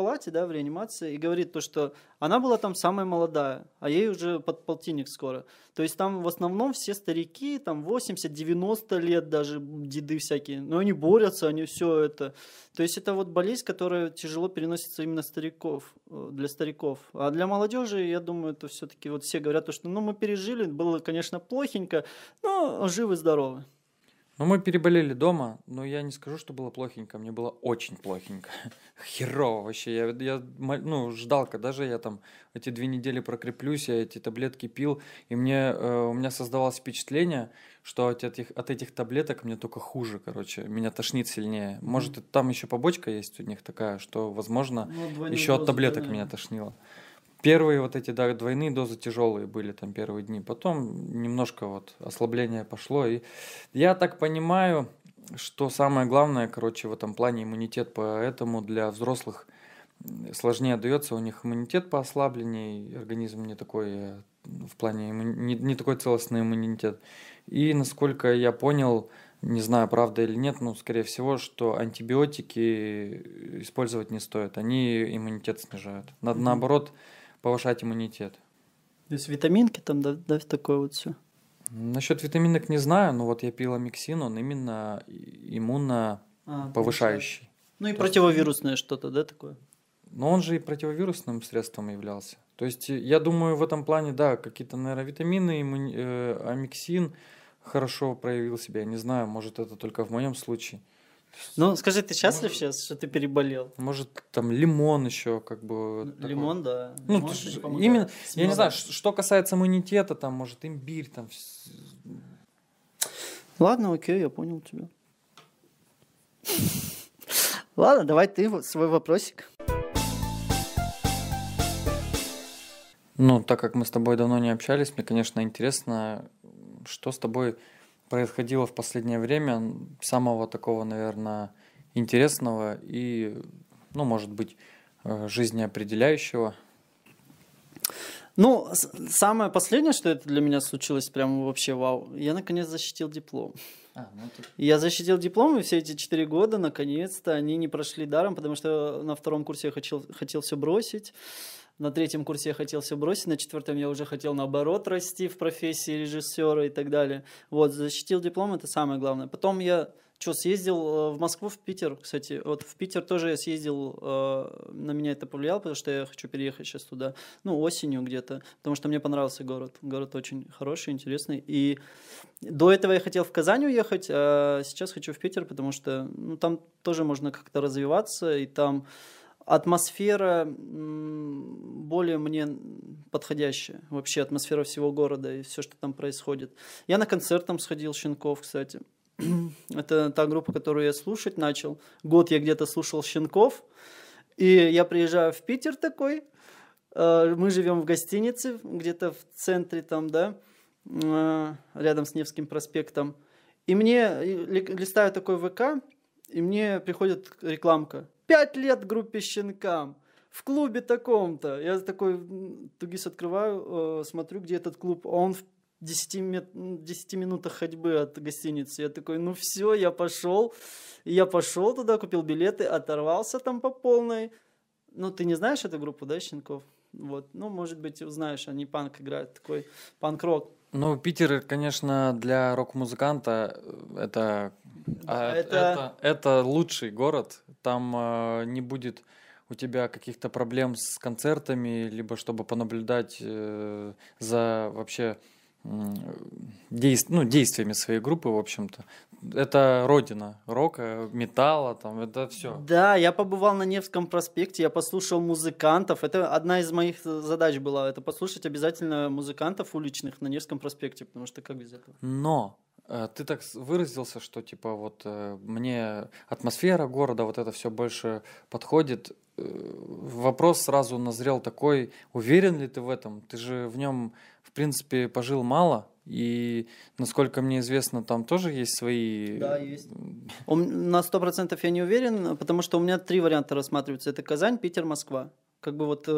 палате, да, в реанимации, и говорит то, что она была там самая молодая, а ей уже под полтинник скоро. То есть там в основном все старики, там восемьдесят-девяносто лет даже, деды всякие, но они борются, они все это. То есть это вот болезнь, которая тяжело переносится именно стариков, для стариков. А для молодежи, я думаю, это все-таки вот все говорят, то, что ну мы пережили, было, конечно, плохенько, но живы-здоровы. Ну, мы переболели дома, но я не скажу, что было плохенько, мне было очень плохенько. Херово вообще. Я, я ну, ждал, когда же я там эти две недели прокреплюсь, я эти таблетки пил, и мне, э, у меня создавалось впечатление, что от этих, от этих таблеток мне только хуже, короче, меня тошнит сильнее. Mm-hmm. Может, там еще побочка есть у них такая, что, возможно, ну, еще от таблеток меня тошнило. Первые вот эти, да, двойные дозы тяжелые были там первые дни, потом немножко вот ослабление пошло, и я так понимаю, что самое главное, короче, в этом плане иммунитет, поэтому для взрослых сложнее дается, у них иммунитет поослабленнее, организм не такой, в плане, не, не такой целостный иммунитет, и насколько я понял, не знаю, правда или нет, но скорее всего, что антибиотики использовать не стоит, они иммунитет снижают, надо mm-hmm. наоборот повышать иммунитет. То есть витаминки там, да, да, такое вот все? Насчет витаминок не знаю, но вот я пил амиксин, он именно иммуно а, повышающий. Ну и противовирусное что-то, да, такое? Но он же и противовирусным средством являлся. То есть я думаю, в этом плане, да, какие-то, наверное, витамины, иммуни... э, амиксин хорошо проявил себя. Я не знаю, может, это только в моем случае. Ну, скажи, ты счастлив может, сейчас, что ты переболел? Может, там лимон еще, как бы... Лимон, такой. Да. Ну, лимон, ж, именно, я не знаю, что касается иммунитета, там, может, имбирь, там... Ладно, окей, я понял тебя. Ладно, давай ты свой вопросик. Ну, так как мы с тобой давно не общались, мне, конечно, интересно, что с тобой... происходило в последнее время, самого такого, наверное, интересного и, ну, может быть, жизнеопределяющего? Ну, самое последнее, что это для меня случилось, прям вообще вау, я наконец защитил диплом. А, ну это... Я защитил диплом, и все эти четыре года, наконец-то, они не прошли даром, потому что на втором курсе я хотел, хотел все бросить. На третьем курсе я хотел все бросить, на четвертом я уже хотел, наоборот, расти в профессии режиссера и так далее. Вот, защитил диплом, это самое главное. Потом я, что, съездил в Москву, в Питер, кстати. Вот в Питер тоже я съездил, на меня это повлияло, потому что я хочу переехать сейчас туда, ну, осенью где-то, потому что мне понравился город. Город очень хороший, интересный. И до этого я хотел в Казань уехать, а сейчас хочу в Питер, потому что ну, там тоже можно как-то развиваться, и там... атмосфера более мне подходящая. Вообще атмосфера всего города и все, что там происходит. Я на концерт там сходил, Щенков, кстати. Это та группа, которую я слушать начал. Год я где-то слушал Щенков. И я приезжаю в Питер такой. Мы живем в гостинице, где-то в центре там, да, рядом с Невским проспектом. И мне листаю такой ВК, и мне приходит рекламка. Пять лет группе Щенкам. В клубе таком-то. Я такой Тугис открываю, э, смотрю, где этот клуб. А он в десяти, мет... десяти минутах ходьбы от гостиницы. Я такой, ну все, я пошел. И я пошел туда, купил билеты, оторвался там по полной. Ну, ты не знаешь эту группу, да, Щенков? Вот. Ну, может быть, узнаешь, они панк играют, такой панк-рок. Ну, Питер, конечно, для рок-музыканта это, Да, это... Это, это лучший город. Там э, не будет у тебя каких-то проблем с концертами, либо чтобы понаблюдать э, за вообще э, действ... ну, действиями своей группы, в общем-то. Это родина рока, металла, там, это все. Да, я побывал на Невском проспекте, я послушал музыкантов. Это одна из моих задач была, это послушать обязательно музыкантов уличных на Невском проспекте, потому что как без этого? Но э, ты так выразился, что типа вот э, мне атмосфера города, вот это все больше подходит. Э, вопрос сразу назрел такой, уверен ли ты в этом? Ты же в нем, в принципе, пожил мало. И, насколько мне известно, там тоже есть свои... Да, есть. На сто процентов я не уверен, потому что у меня три варианта рассматриваются. Это Казань, Питер, Москва. Как бы вот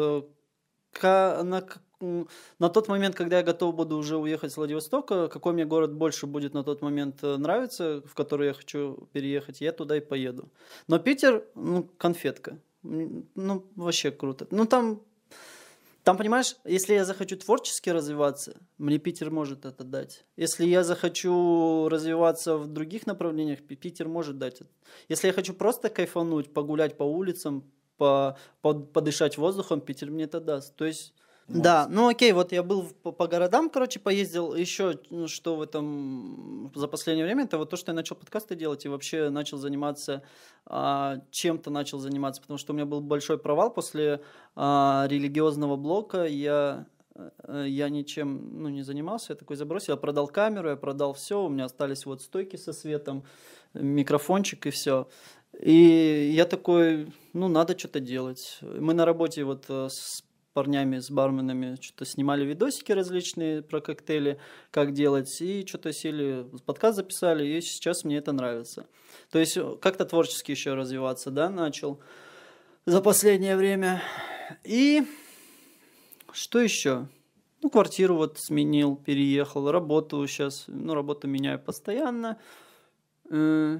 на, на тот момент, когда я готов буду уже уехать с Владивостока, какой мне город больше будет на тот момент нравиться, в который я хочу переехать, я туда и поеду. Но Питер, ну, конфетка. М, Ну, вообще круто. Ну, там, там, понимаешь, если я захочу творчески развиваться, мне Питер может это дать. Если я захочу развиваться в других направлениях, Пи- Питер может дать это. Если я хочу просто кайфануть, погулять по улицам, по, под- подышать воздухом, Питер мне это даст. То есть да, ну окей, вот я был в- по, по городам, короче, поездил. Еще ну, что в этом за последнее время, это вот то, что я начал подкасты делать и вообще начал заниматься а, чем-то начал заниматься, потому что у меня был большой провал после а, религиозного блока. Я э, я ничем ну, не занимался, я такой забросил, я продал камеру, я продал все, у меня остались вот стойки со светом, микрофончик и все. И я такой, ну, надо что-то делать. Мы на работе вот э, с парнями, с барменами что-то снимали видосики различные про коктейли, как делать, и что-то сели, подкаст записали, и сейчас мне это нравится. То есть э, как-то творчески еще развиваться, да, начал за последнее время. И что еще? Ну, квартиру вот сменил, переехал, работу сейчас, ну, работу меняю постоянно. Э,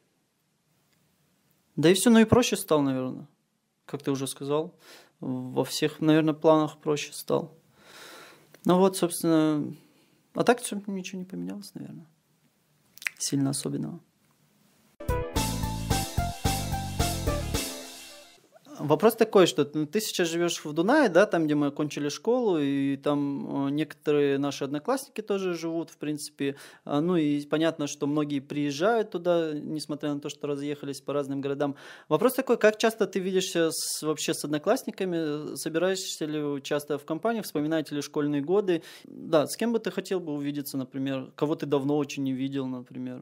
Да и все, ну и проще стал, наверное, как ты уже сказал. Во всех, наверное, планах проще стал. Ну вот, собственно, а так всё, ничего не поменялось, наверное. Сильно особенного. Вопрос такой, что ну, ты сейчас живешь в Дунае, да, там, где мы окончили школу, и там э, некоторые наши одноклассники тоже живут, в принципе. А, Ну и понятно, что многие приезжают туда, несмотря на то, что разъехались по разным городам. Вопрос такой, как часто ты видишься с, вообще с одноклассниками? Собираешься ли часто в компании, вспоминаете ли школьные годы? Да, с кем бы ты хотел бы увидеться, например? Кого ты давно очень не видел, например?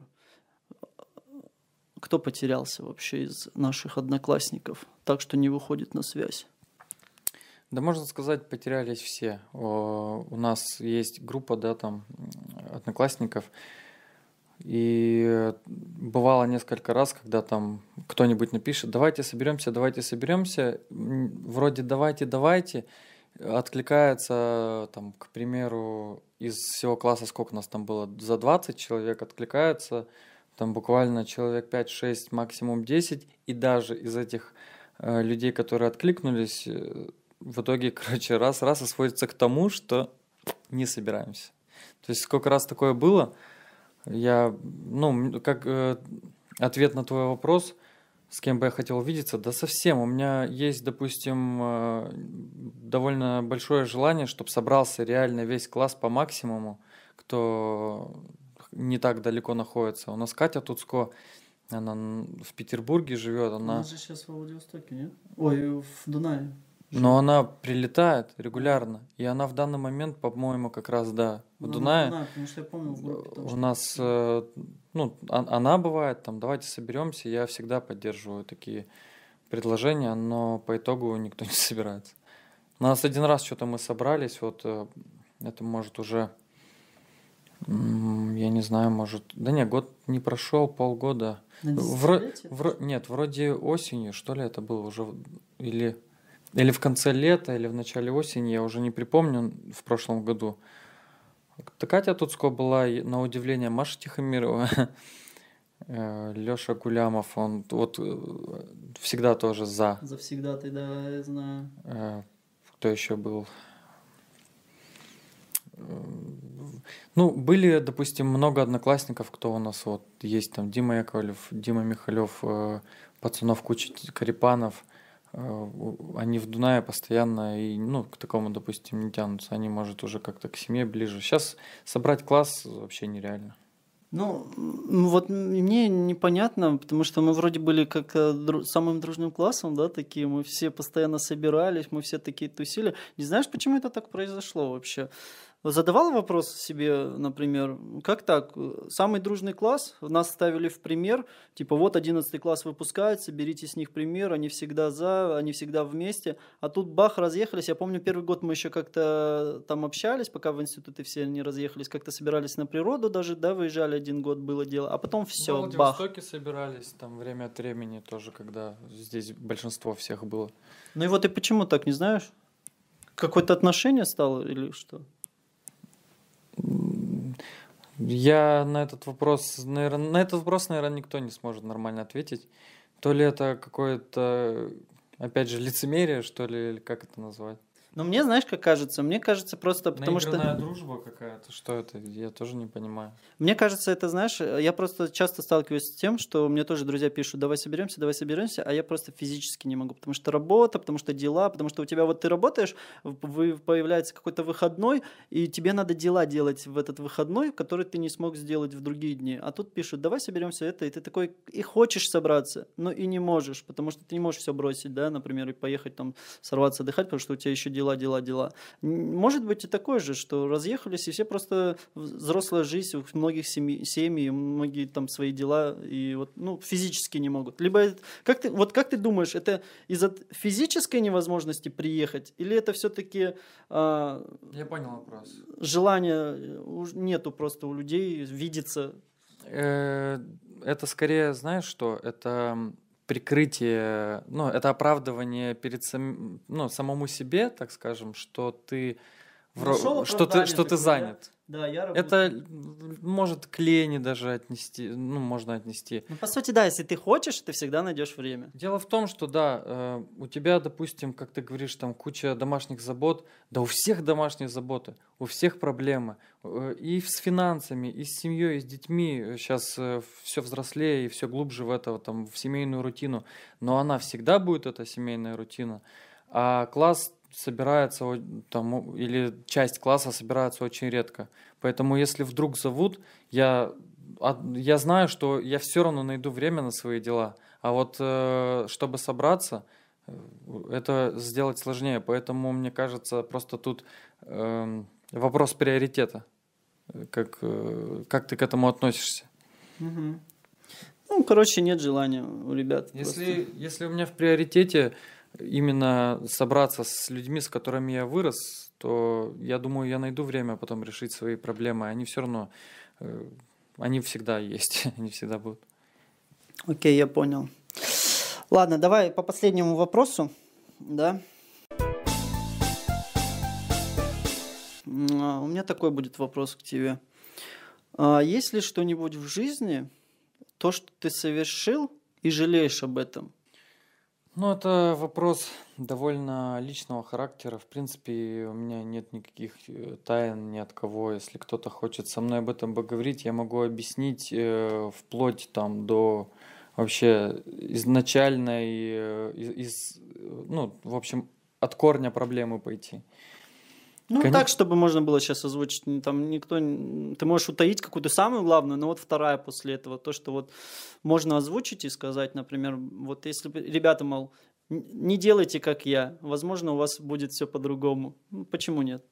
Кто потерялся вообще из наших одноклассников, так что не выходит на связь? Да, можно сказать, потерялись все. О, У нас есть группа, да, там, м, одноклассников, и бывало несколько раз, когда там кто-нибудь напишет, давайте соберемся, давайте соберемся, М, вроде давайте, давайте, откликается, там, к примеру, из всего класса, сколько нас там было, за двадцать человек откликается, там буквально человек пять-шесть, максимум десять, и даже из этих э, людей, которые откликнулись, э, в итоге, короче, раз-раз и сводится к тому, что не собираемся. То есть сколько раз такое было, я, ну, м, как э, ответ на твой вопрос, с кем бы я хотел увидеться, да совсем. У меня есть, допустим, э, довольно большое желание, чтобы собрался реально весь класс по максимуму, кто не так далеко находится. У нас Катя Туцко, она н- в Петербурге живет, Она она, же сейчас в Владивостоке, нет? Ой, в Дунае но живет. она прилетает А, регулярно, и она в данный момент, по-моему, как раз, да, в ну, она в Дунае. Дунае, потому что я помню в группе там У что-то нас, писали. э, ну, он- она бывает, там, давайте соберемся, я всегда поддерживаю такие предложения, но по итогу никто не собирается. У нас один раз что-то мы собрались, вот э, это может уже, м, я не знаю, может, да не, год не прошел, полгода. На Вро, десятилетие? вро- нет, вроде осенью, что ли, это было уже, в- или, или в конце лета, или в начале осени, я уже не припомню, в прошлом году. Да Катя Туцко была, и, на удивление, Маша Тихомирова, Леша Гулямов, он вот э, всегда тоже за. Завсегдатый, да, я знаю. Э, Кто еще был? Ну, были, допустим, много одноклассников, кто у нас вот есть, там Дима Яковлев, Дима Михалев, э, пацанов куча, Карипанов. Э, у- Они в Дунае постоянно и, ну, к такому, допустим, не тянутся. Они, может, уже как-то к семье ближе. Сейчас собрать класс вообще нереально. Ну, м, вот мне непонятно, потому что мы вроде были как э, дру- самым дружным классом, да, такие, мы все постоянно собирались, мы все такие тусили. Не знаешь, почему это так произошло вообще? Задавал вопрос себе, например, как так? э, Самый дружный класс, нас ставили в пример, типа вот одиннадцатый класс выпускается, берите с них пример, они всегда за, они всегда вместе, а тут бах, разъехались. Я помню, первый год мы еще как-то там общались, пока в институты все не разъехались, как-то собирались на природу даже, да, выезжали, один год было дело, а потом В все, бах. Владивостоке собирались, там время от времени тоже, когда здесь большинство всех было. Ну и вот и почему так, не знаешь? Какое-то отношение стало или что? М, Я на этот вопрос, наверное, на этот вопрос, наверное, никто не сможет нормально ответить. То ли это какое-то опять же, лицемерие, что ли, или как это назвать? Но мне, знаешь, как кажется? Мне кажется просто потому что... Наигранная дружба какая-то, что это? Я тоже не понимаю. Мне кажется, это, знаешь, я просто часто сталкиваюсь с тем, что мне тоже друзья пишут, давай соберемся, давай соберемся, а я просто физически не могу, потому что работа, потому что дела, потому что у тебя вот ты работаешь, вы, появляется какой-то выходной, и тебе надо дела делать в этот выходной, который ты не смог сделать в другие дни. А тут пишут, давай соберемся это, и ты такой и хочешь собраться, но и не можешь, потому что ты не можешь все бросить, да, например, и поехать там сорваться отдыхать, потому что у тебя еще дела, дела, дела. Может быть и такое же, что разъехались, и все просто взрослая жизнь, у многих семей, семьи, многие там свои дела, и вот, ну, физически не могут. Либо, это- как ты, вот как ты думаешь, это из-за физической невозможности приехать, или это все-таки Я понял вопрос. желания уж нету просто у людей видеться? Э, Это скорее, знаешь что, это прикрытие, ну, это оправдывание перед сам, ну, самому себе, так скажем, что ты, вро- Нашел что ты, оправдание что ты такое, да? занят. Да, я Это работаю. м, может к лени даже отнести, ну, можно отнести. Ну, по сути, да, если ты хочешь, ты всегда найдешь время. Дело в том, что да, э, у тебя, допустим, как ты говоришь, там куча домашних забот, да у всех домашние заботы, у всех проблемы, э, и с финансами, и с семьей, и с детьми. Сейчас все взрослее и все глубже в это, вот там, в семейную рутину, но она всегда будет, эта семейная рутина, а класс собирается, о- там, о- или часть класса собирается очень редко. Поэтому если вдруг зовут, я, а- я знаю, что я все равно найду время на свои дела. А вот э, чтобы собраться, э, это сделать сложнее. Поэтому, мне кажется, просто тут эм, вопрос приоритета. Э, Как, э, как ты к этому относишься? Мгм. Ну, короче, нет желания у ребят просто. Если, если у меня в приоритете именно собраться с людьми, с которыми я вырос, то я думаю, я найду время потом решить свои проблемы. Они все равно, э, они всегда есть, они всегда будут. Окей, я понял. Ладно, давай по последнему вопросу, да. М, а, У меня такой будет вопрос к тебе. А есть ли что-нибудь в жизни, то, что ты совершил и жалеешь об этом? Ну, это вопрос довольно личного характера. В принципе, у меня нет никаких э, тайн ни от кого. Если кто-то хочет со мной об этом поговорить, я могу объяснить э, вплоть там до вообще изначальной, э, из, из, э, ну, в общем, от корня проблемы пойти. Ну, Коне- так, чтобы можно было сейчас озвучить. н- Там никто... н- Ты можешь утаить какую-то самую главную, но вот вторая после этого. То, что вот можно озвучить и сказать, например, вот если бы ребята, мол, н- не делайте, как я, возможно, у вас будет все по-другому. Ну, почему нет?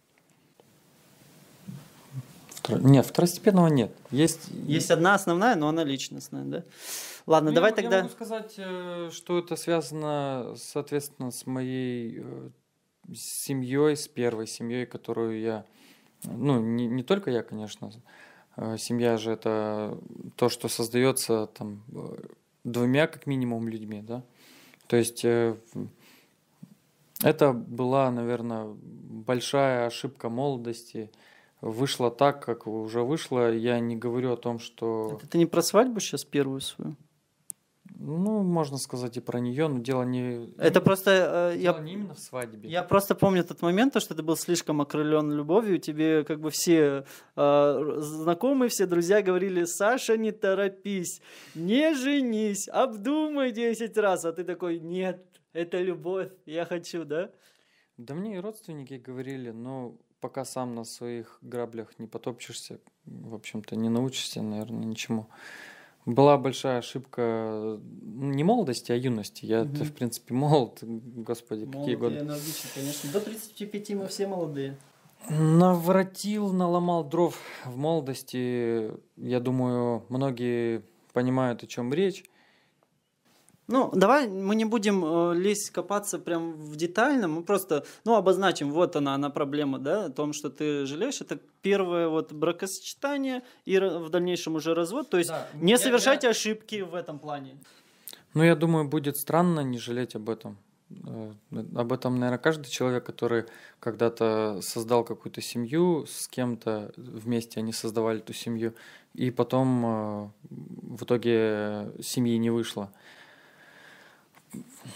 Втор- Нет, второстепенного нет. Есть, Есть одна основная, но она личностная, да? Ладно, Ну, давай я, м- я тогда... могу сказать, э, что это связано, соответственно, с моей э, семьей, с первой семьей, которую я, ну, не, не только я, конечно, э, семья же это то, что создается там э, двумя как минимум людьми, да. То есть э, в- это была, наверное, большая ошибка молодости. Вышло так, как уже вышло. Я не говорю о том, что, Это ты не про свадьбу сейчас первую свою? ну, можно сказать и про нее, но дело не, Это им- просто... э, дело я не именно в свадьбе. Я просто помню тот момент, то, что ты был слишком окрылен любовью, тебе как бы все э, знакомые, все друзья говорили: Саша, не торопись, не женись, обдумай десять раз, а ты такой: нет, это любовь, я хочу, да? Да мне и родственники говорили, но пока сам на своих граблях не потопчешься, в общем-то, не научишься, наверное, ничему. Была большая ошибка ну, не молодости, а юности. Я, в Мгм. принципе, молод, господи, какие Молодые, годы. энергичные, конечно. До тридцати пяти мы все молодые. Наворотил, наломал дров в молодости. Я думаю, многие понимают, о чем речь. Ну, давай мы не будем э, лезть, копаться прям в детальном, мы просто, ну, обозначим, вот она, она проблема, да, о том, что ты жалеешь, это первое вот бракосочетание и ра- в дальнейшем уже развод, то есть Да, не я- совершайте я- ошибки в этом плане. Ну, я думаю, будет странно не жалеть об этом. Э, Об этом, наверное, каждый человек, который когда-то создал какую-то семью с кем-то, вместе они создавали эту семью, и потом э, в итоге семьи не вышло.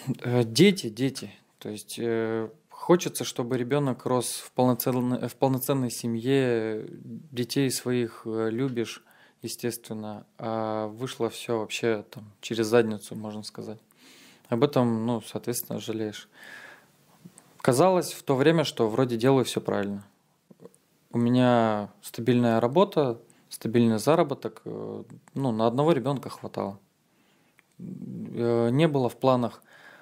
Э, Дети, дети. То есть э, хочется, чтобы ребенок рос в полноценной, в полноценной семье, детей своих э, любишь, естественно, а вышло все вообще там через задницу, можно сказать. Об этом, ну, соответственно, жалеешь. Казалось в то время, что вроде делаю все правильно. У меня стабильная работа, стабильный заработок, э, ну, на одного ребенка хватало. Э, Не было в планах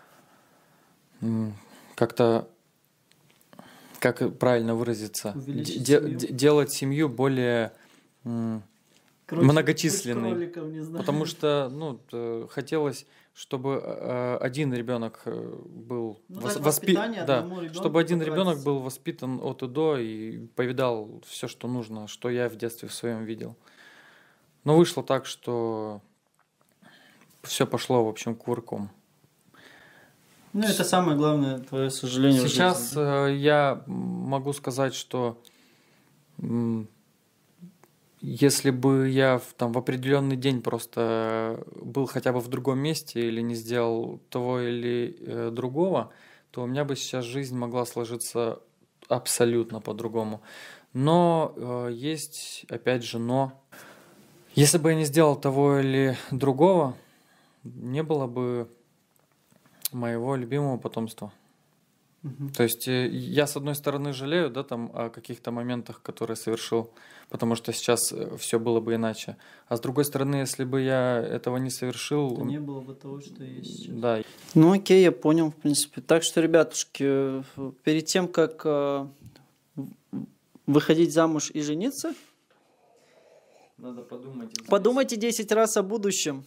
м, как-то, как и правильно выразиться, де- Увеличить де- семью. де- делать семью более м, Короче, многочисленной. быть кроликом, не знаю. Потому что, ну, т- хотелось, чтобы э, один ребенок э, был Ну, вос- дать воспи- воспитание да, одному ребенку, чтобы один ребенок потратить. был воспитан от и до и повидал все, что нужно, что я в детстве в своем видел. Но вышло так, что все пошло, в общем, кувырком. Ну, это самое главное твое сожаление в Сейчас жизни, да? э, я могу сказать, что м, если бы я в, там, в определенный день просто был хотя бы в другом месте или не сделал того или э, другого, то у меня бы сейчас жизнь могла сложиться абсолютно по-другому. Но э, есть, опять же, но. Если бы я не сделал того или другого, не было бы моего любимого потомства. Мгм. То есть э, я, с одной стороны, жалею, да, там, о каких-то моментах, которые совершил, потому что сейчас все было бы иначе. А с другой стороны, если бы я этого не совершил, То м, не было бы того, что есть сейчас. да, Ну, окей, я понял, в принципе. Так что, ребятушки, э, перед тем, как э, в- выходить замуж и жениться, надо подумать. и подумайте десять раз о будущем.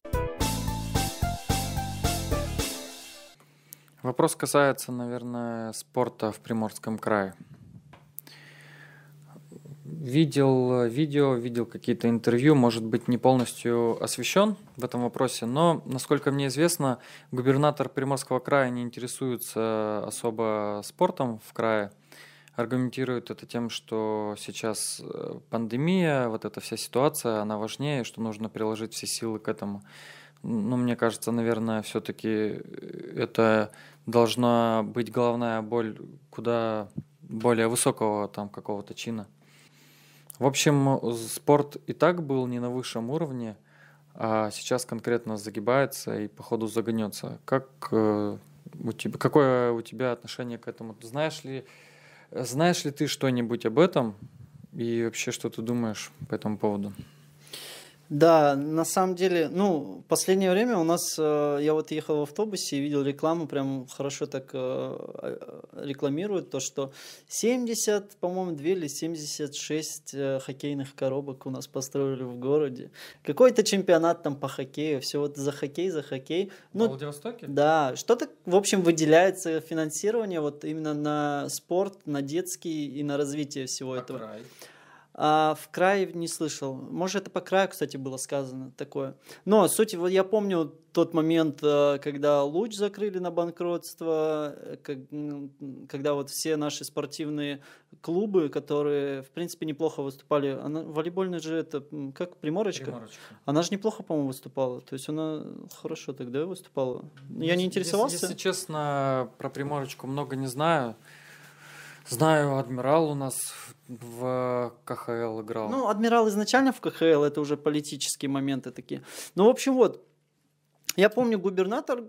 Вопрос касается, наверное, спорта в Приморском крае. Видел э, видео, видел какие-то интервью, может быть, не полностью освещен в этом вопросе, но, насколько мне известно, губернатор Приморского края не интересуется особо спортом в крае. Аргументирует это тем, что сейчас э, пандемия, вот эта вся ситуация, она важнее, что нужно приложить все силы к этому. Ну, мне кажется, наверное, все-таки это должна быть головная боль куда более высокого там какого-то чина. В общем, спорт и так был не на высшем уровне, а сейчас конкретно загибается и походу загнется. Как э, у тебя, какое у тебя отношение к этому? Знаешь ли, знаешь ли ты что-нибудь об этом и вообще что ты думаешь по этому поводу? Да, на самом деле, ну, в последнее время у нас, э, я вот ехал в автобусе и видел рекламу, прям хорошо так э, э, рекламируют то, что семьдесят, по-моему, два или семьдесят шесть э, хоккейных коробок у нас построили в городе. Какой-то чемпионат там по хоккею, все вот за хоккей, за хоккей. В Ну, Владивостоке? да, что-то, в общем, выделяется финансирование вот именно на спорт, на детский и на развитие всего А этого. край? А в крае не слышал. Может, это по краю, кстати, было сказано такое. Но суть, вот я помню тот момент, э, когда Луч закрыли на банкротство, э, как- м, когда вот все наши спортивные клубы, которые, в принципе, неплохо выступали. Она, волейбольная же это, м, как Приморочка? Приморочка. Она же неплохо, по-моему, выступала. То есть она хорошо тогда выступала. Я не Если- интересовался. Если, если честно, про Приморочку много не знаю. Знаю, Адмирал у нас в ка ха эл играл. Ну, Адмирал изначально в ка ха эл, это уже политические моменты такие. Ну, в общем, вот, я помню, губернатор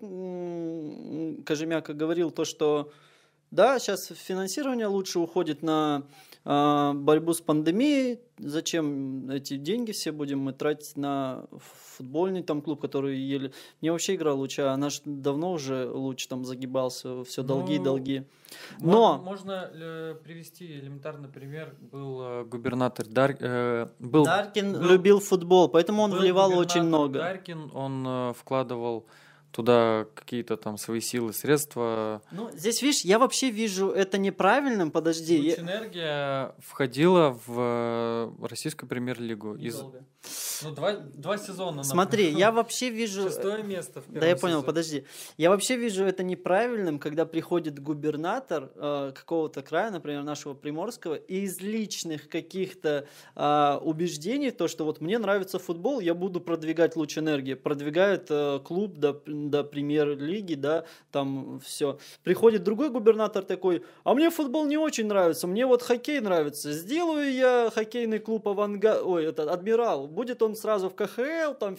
м, Кожемяка говорил то, что да, сейчас финансирование лучше уходит на а, борьбу с пандемией. Зачем эти деньги все будем мы тратить на футбольный там клуб, который еле... Мне вообще игра луча, она же давно уже луч там загибался, все долги, Ну, долги. Мо- Но... Можно э, привести элементарный пример. Был э, губернатор Дар... э, был, Даркин был- любил футбол, поэтому он был вливал очень губернатор много. Даркин, он э, вкладывал туда какие-то там свои силы, средства. Ну, здесь, видишь, я вообще вижу это неправильным, подожди. я- Лучэнергия входила в э, российскую премьер-лигу. Из... Недолго. Ну, два, два сезона. Смотри, я вообще вижу... Шестое место в первом Да, я понял, сезоне. подожди. Я вообще вижу это неправильным, когда приходит губернатор э, какого-то края, например, нашего Приморского, и из личных каких-то э, убеждений, то, что вот мне нравится футбол, я буду продвигать луч энергии. Продвигает э, клуб, да, до премьер-лиги, да, там все. Приходит другой губернатор такой, а мне футбол не очень нравится, мне вот хоккей нравится. Сделаю я хоккейный клуб Авангард, ой, это Адмирал. Будет он сразу в ка ха эл, там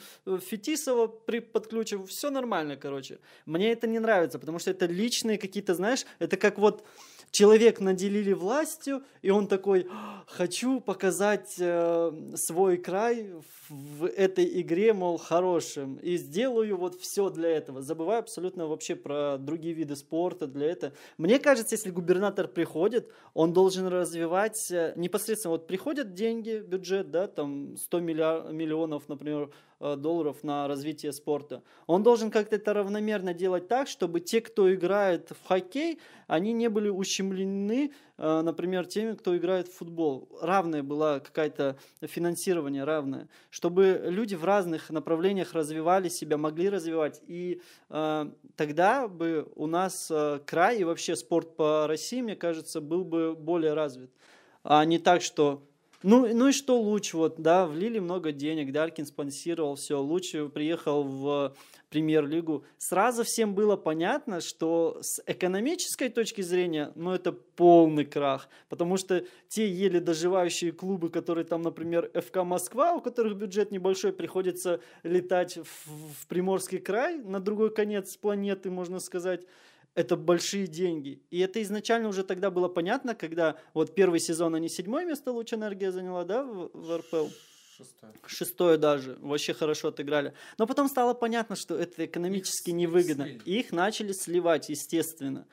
Фетисова при, подключу, все нормально, короче. Мне это не нравится, потому что это личные какие-то, знаешь, это как вот человек наделили властью, и он такой, хочу показать э, свой край в этой игре, мол, хорошим, и сделаю вот все для этого. Забываю абсолютно вообще про другие виды спорта для этого. Мне кажется, если губернатор приходит, он должен развивать э, непосредственно, вот приходят деньги, бюджет, да, там сто миллионов, например, долларов на развитие спорта. Он должен как-то это равномерно делать так, чтобы те, кто играет в хоккей, они не были ущемлены, например, теми, кто играет в футбол. Равное было какое-то финансирование, равное. Чтобы люди в разных направлениях развивали себя, могли развивать. И э, тогда бы у нас э, край и вообще спорт по России, мне кажется, был бы более развит. А не так, что Ну, ну и что Луч, вот, да, влили много денег, Даркин спонсировал, все, Луч приехал в премьер-лигу. Сразу всем было понятно, что с экономической точки зрения, ну, это полный крах, потому что те еле доживающие клубы, которые там, например, эф ка Москва, у которых бюджет небольшой, приходится летать в, в Приморский край, на другой конец планеты, можно сказать, это большие деньги. И это изначально уже тогда было понятно, когда вот первый сезон они седьмое место Лучэнергия заняла, да, в, в эр пэ эл? Шестое. Шестое даже. Вообще хорошо отыграли. Но потом стало понятно, что это экономически их, невыгодно. Их, их начали сливать, естественно.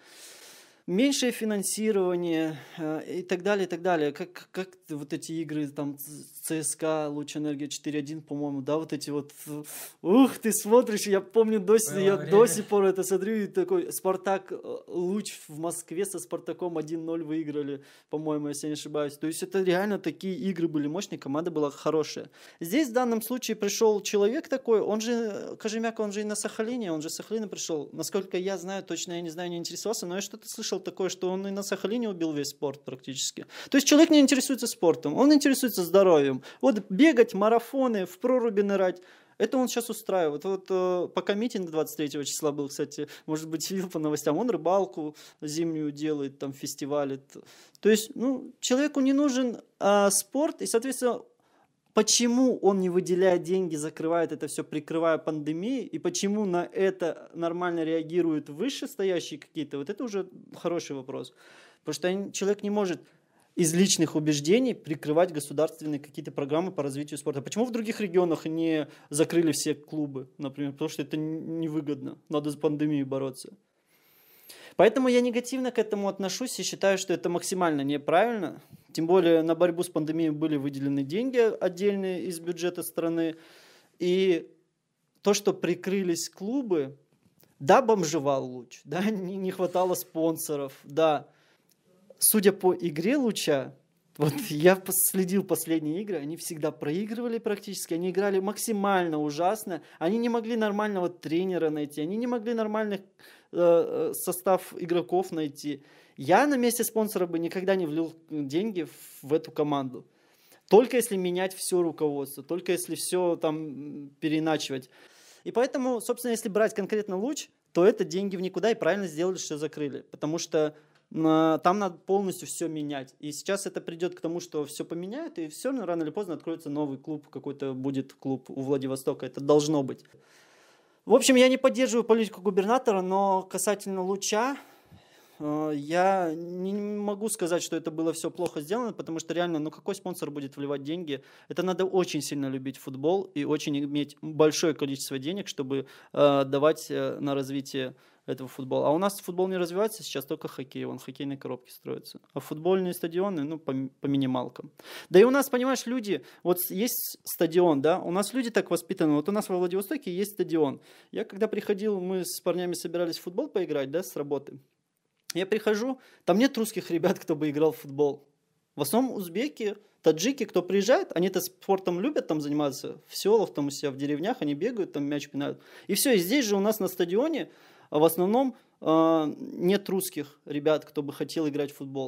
Меньшее финансирование э, и так далее, и так далее. Как, как вот эти игры, там, ЦСКА, Лучэнергия четыре один, по-моему, да, вот эти вот, ух, ты смотришь, я помню, до, я до сих пор это смотрю, и такой, Спартак, Луч в Москве со Спартаком один ноль выиграли, по-моему, если я не ошибаюсь. То есть это реально такие игры были мощные, команда была хорошая. Здесь в данном случае пришел человек такой, он же, Кожемяка, он же и на Сахалине, он же с Сахалина пришел. Насколько я знаю, точно я не знаю, не интересовался, но я что-то слышал такое, что он и на Сахалине убил весь спорт практически. То есть человек не интересуется спортом, он интересуется здоровьем. Вот бегать, марафоны, в проруби нырать, это он сейчас устраивает. Вот э, пока митинг двадцать третьего числа был, кстати, может быть, видел по новостям, он рыбалку зимнюю делает, там фестивали. То есть, ну, человеку не нужен э, спорт, и, соответственно, почему он не выделяет деньги, закрывает это все, прикрывая пандемией, и почему на это нормально реагируют вышестоящие какие-то, вот это уже хороший вопрос. Потому что человек не может из личных убеждений прикрывать государственные какие-то программы по развитию спорта. Почему в других регионах не закрыли все клубы, например? Потому что это невыгодно, надо с пандемией бороться. Поэтому я негативно к этому отношусь и считаю, что это максимально неправильно. Тем более на борьбу с пандемией были выделены деньги отдельные из бюджета страны. И то, что прикрылись клубы, да, бомжевал Луч, да, не, не хватало спонсоров, да. Судя по игре Луча, вот я следил последние игры, они всегда проигрывали практически, они играли максимально ужасно, они не могли нормального тренера найти, они не могли нормальных э, состав игроков найти. Я на месте спонсора бы никогда не влил деньги в, в эту команду. Только если менять все руководство, только если все там переиначивать. И поэтому, собственно, если брать конкретно Луч, то это деньги в никуда, и правильно сделали, что закрыли. Потому что там надо полностью все менять. И сейчас это придет к тому, что все поменяют, и все рано или поздно откроется новый клуб, какой-то будет клуб у Владивостока. Это должно быть. В общем, я не поддерживаю политику губернатора, но касательно Луча, я не могу сказать, что это было все плохо сделано, потому что реально, ну какой спонсор будет вливать деньги? Это надо очень сильно любить футбол и очень иметь большое количество денег, чтобы э, давать э, на развитие этого футбола. А у нас футбол не развивается, сейчас только хоккей, вон хоккейные коробки строятся. А футбольные стадионы, ну, по, по минималкам. Да и у нас, понимаешь, люди, вот есть стадион, да, у нас люди так воспитаны, вот у нас во Владивостоке есть стадион. Я когда приходил, мы с парнями собирались в футбол поиграть, да, с работы. Я прихожу, там нет русских ребят, кто бы играл в футбол. В основном узбеки, таджики, кто приезжает, они-то спортом любят там заниматься, в селах, там у себя в деревнях, они бегают, там мяч пинают. И все, и здесь же у нас на стадионе в основном э, нет русских ребят, кто бы хотел играть в футбол.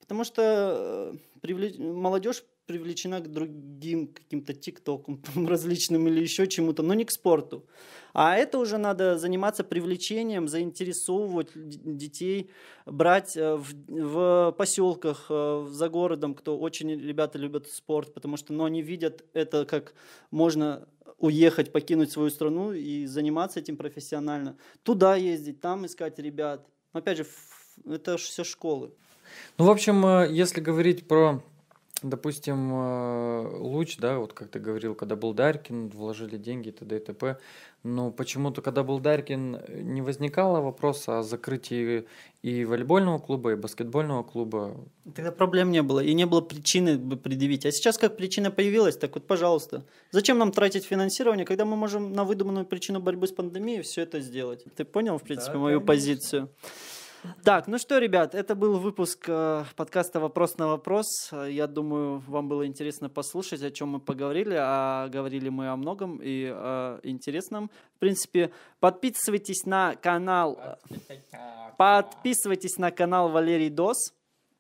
Потому что э, привлеч... молодежь привлечена к другим каким-то тиктокам различным или еще чему-то, но не к спорту. А это уже надо заниматься привлечением, заинтересовывать детей, брать в, в поселках, за городом, кто очень, ребята любят спорт, потому что ну, они видят это, как можно уехать, покинуть свою страну и заниматься этим профессионально. Туда ездить, там искать ребят. Опять же, это все школы. Ну, в общем, если говорить про... Допустим, Луч, да, вот как ты говорил, когда был Дарькин, вложили деньги, т.д. и т.п. Но почему-то, когда был Дарькин, не возникало вопроса о закрытии и волейбольного клуба, и баскетбольного клуба. Тогда проблем не было, и не было причины предъявить. А сейчас как причина появилась, так вот, пожалуйста. Зачем нам тратить финансирование, когда мы можем на выдуманную причину борьбы с пандемией все это сделать? Ты понял, в принципе, да, мою конечно. позицию? Так, ну что, ребят, это был выпуск э, подкаста «Вопрос на вопрос». Я думаю, вам было интересно послушать, о чем мы поговорили. А говорили мы о многом и э, интересном. В принципе, подписывайтесь на канал, подписывайтесь на канал Валерий Дос.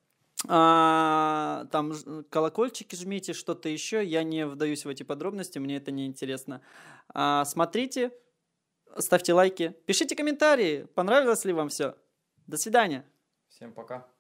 А, там колокольчики жмите, что-то еще. Я не вдаюсь в эти подробности, мне это не интересно. А, смотрите, ставьте лайки, пишите комментарии, понравилось ли вам все. До свидания. Всем пока.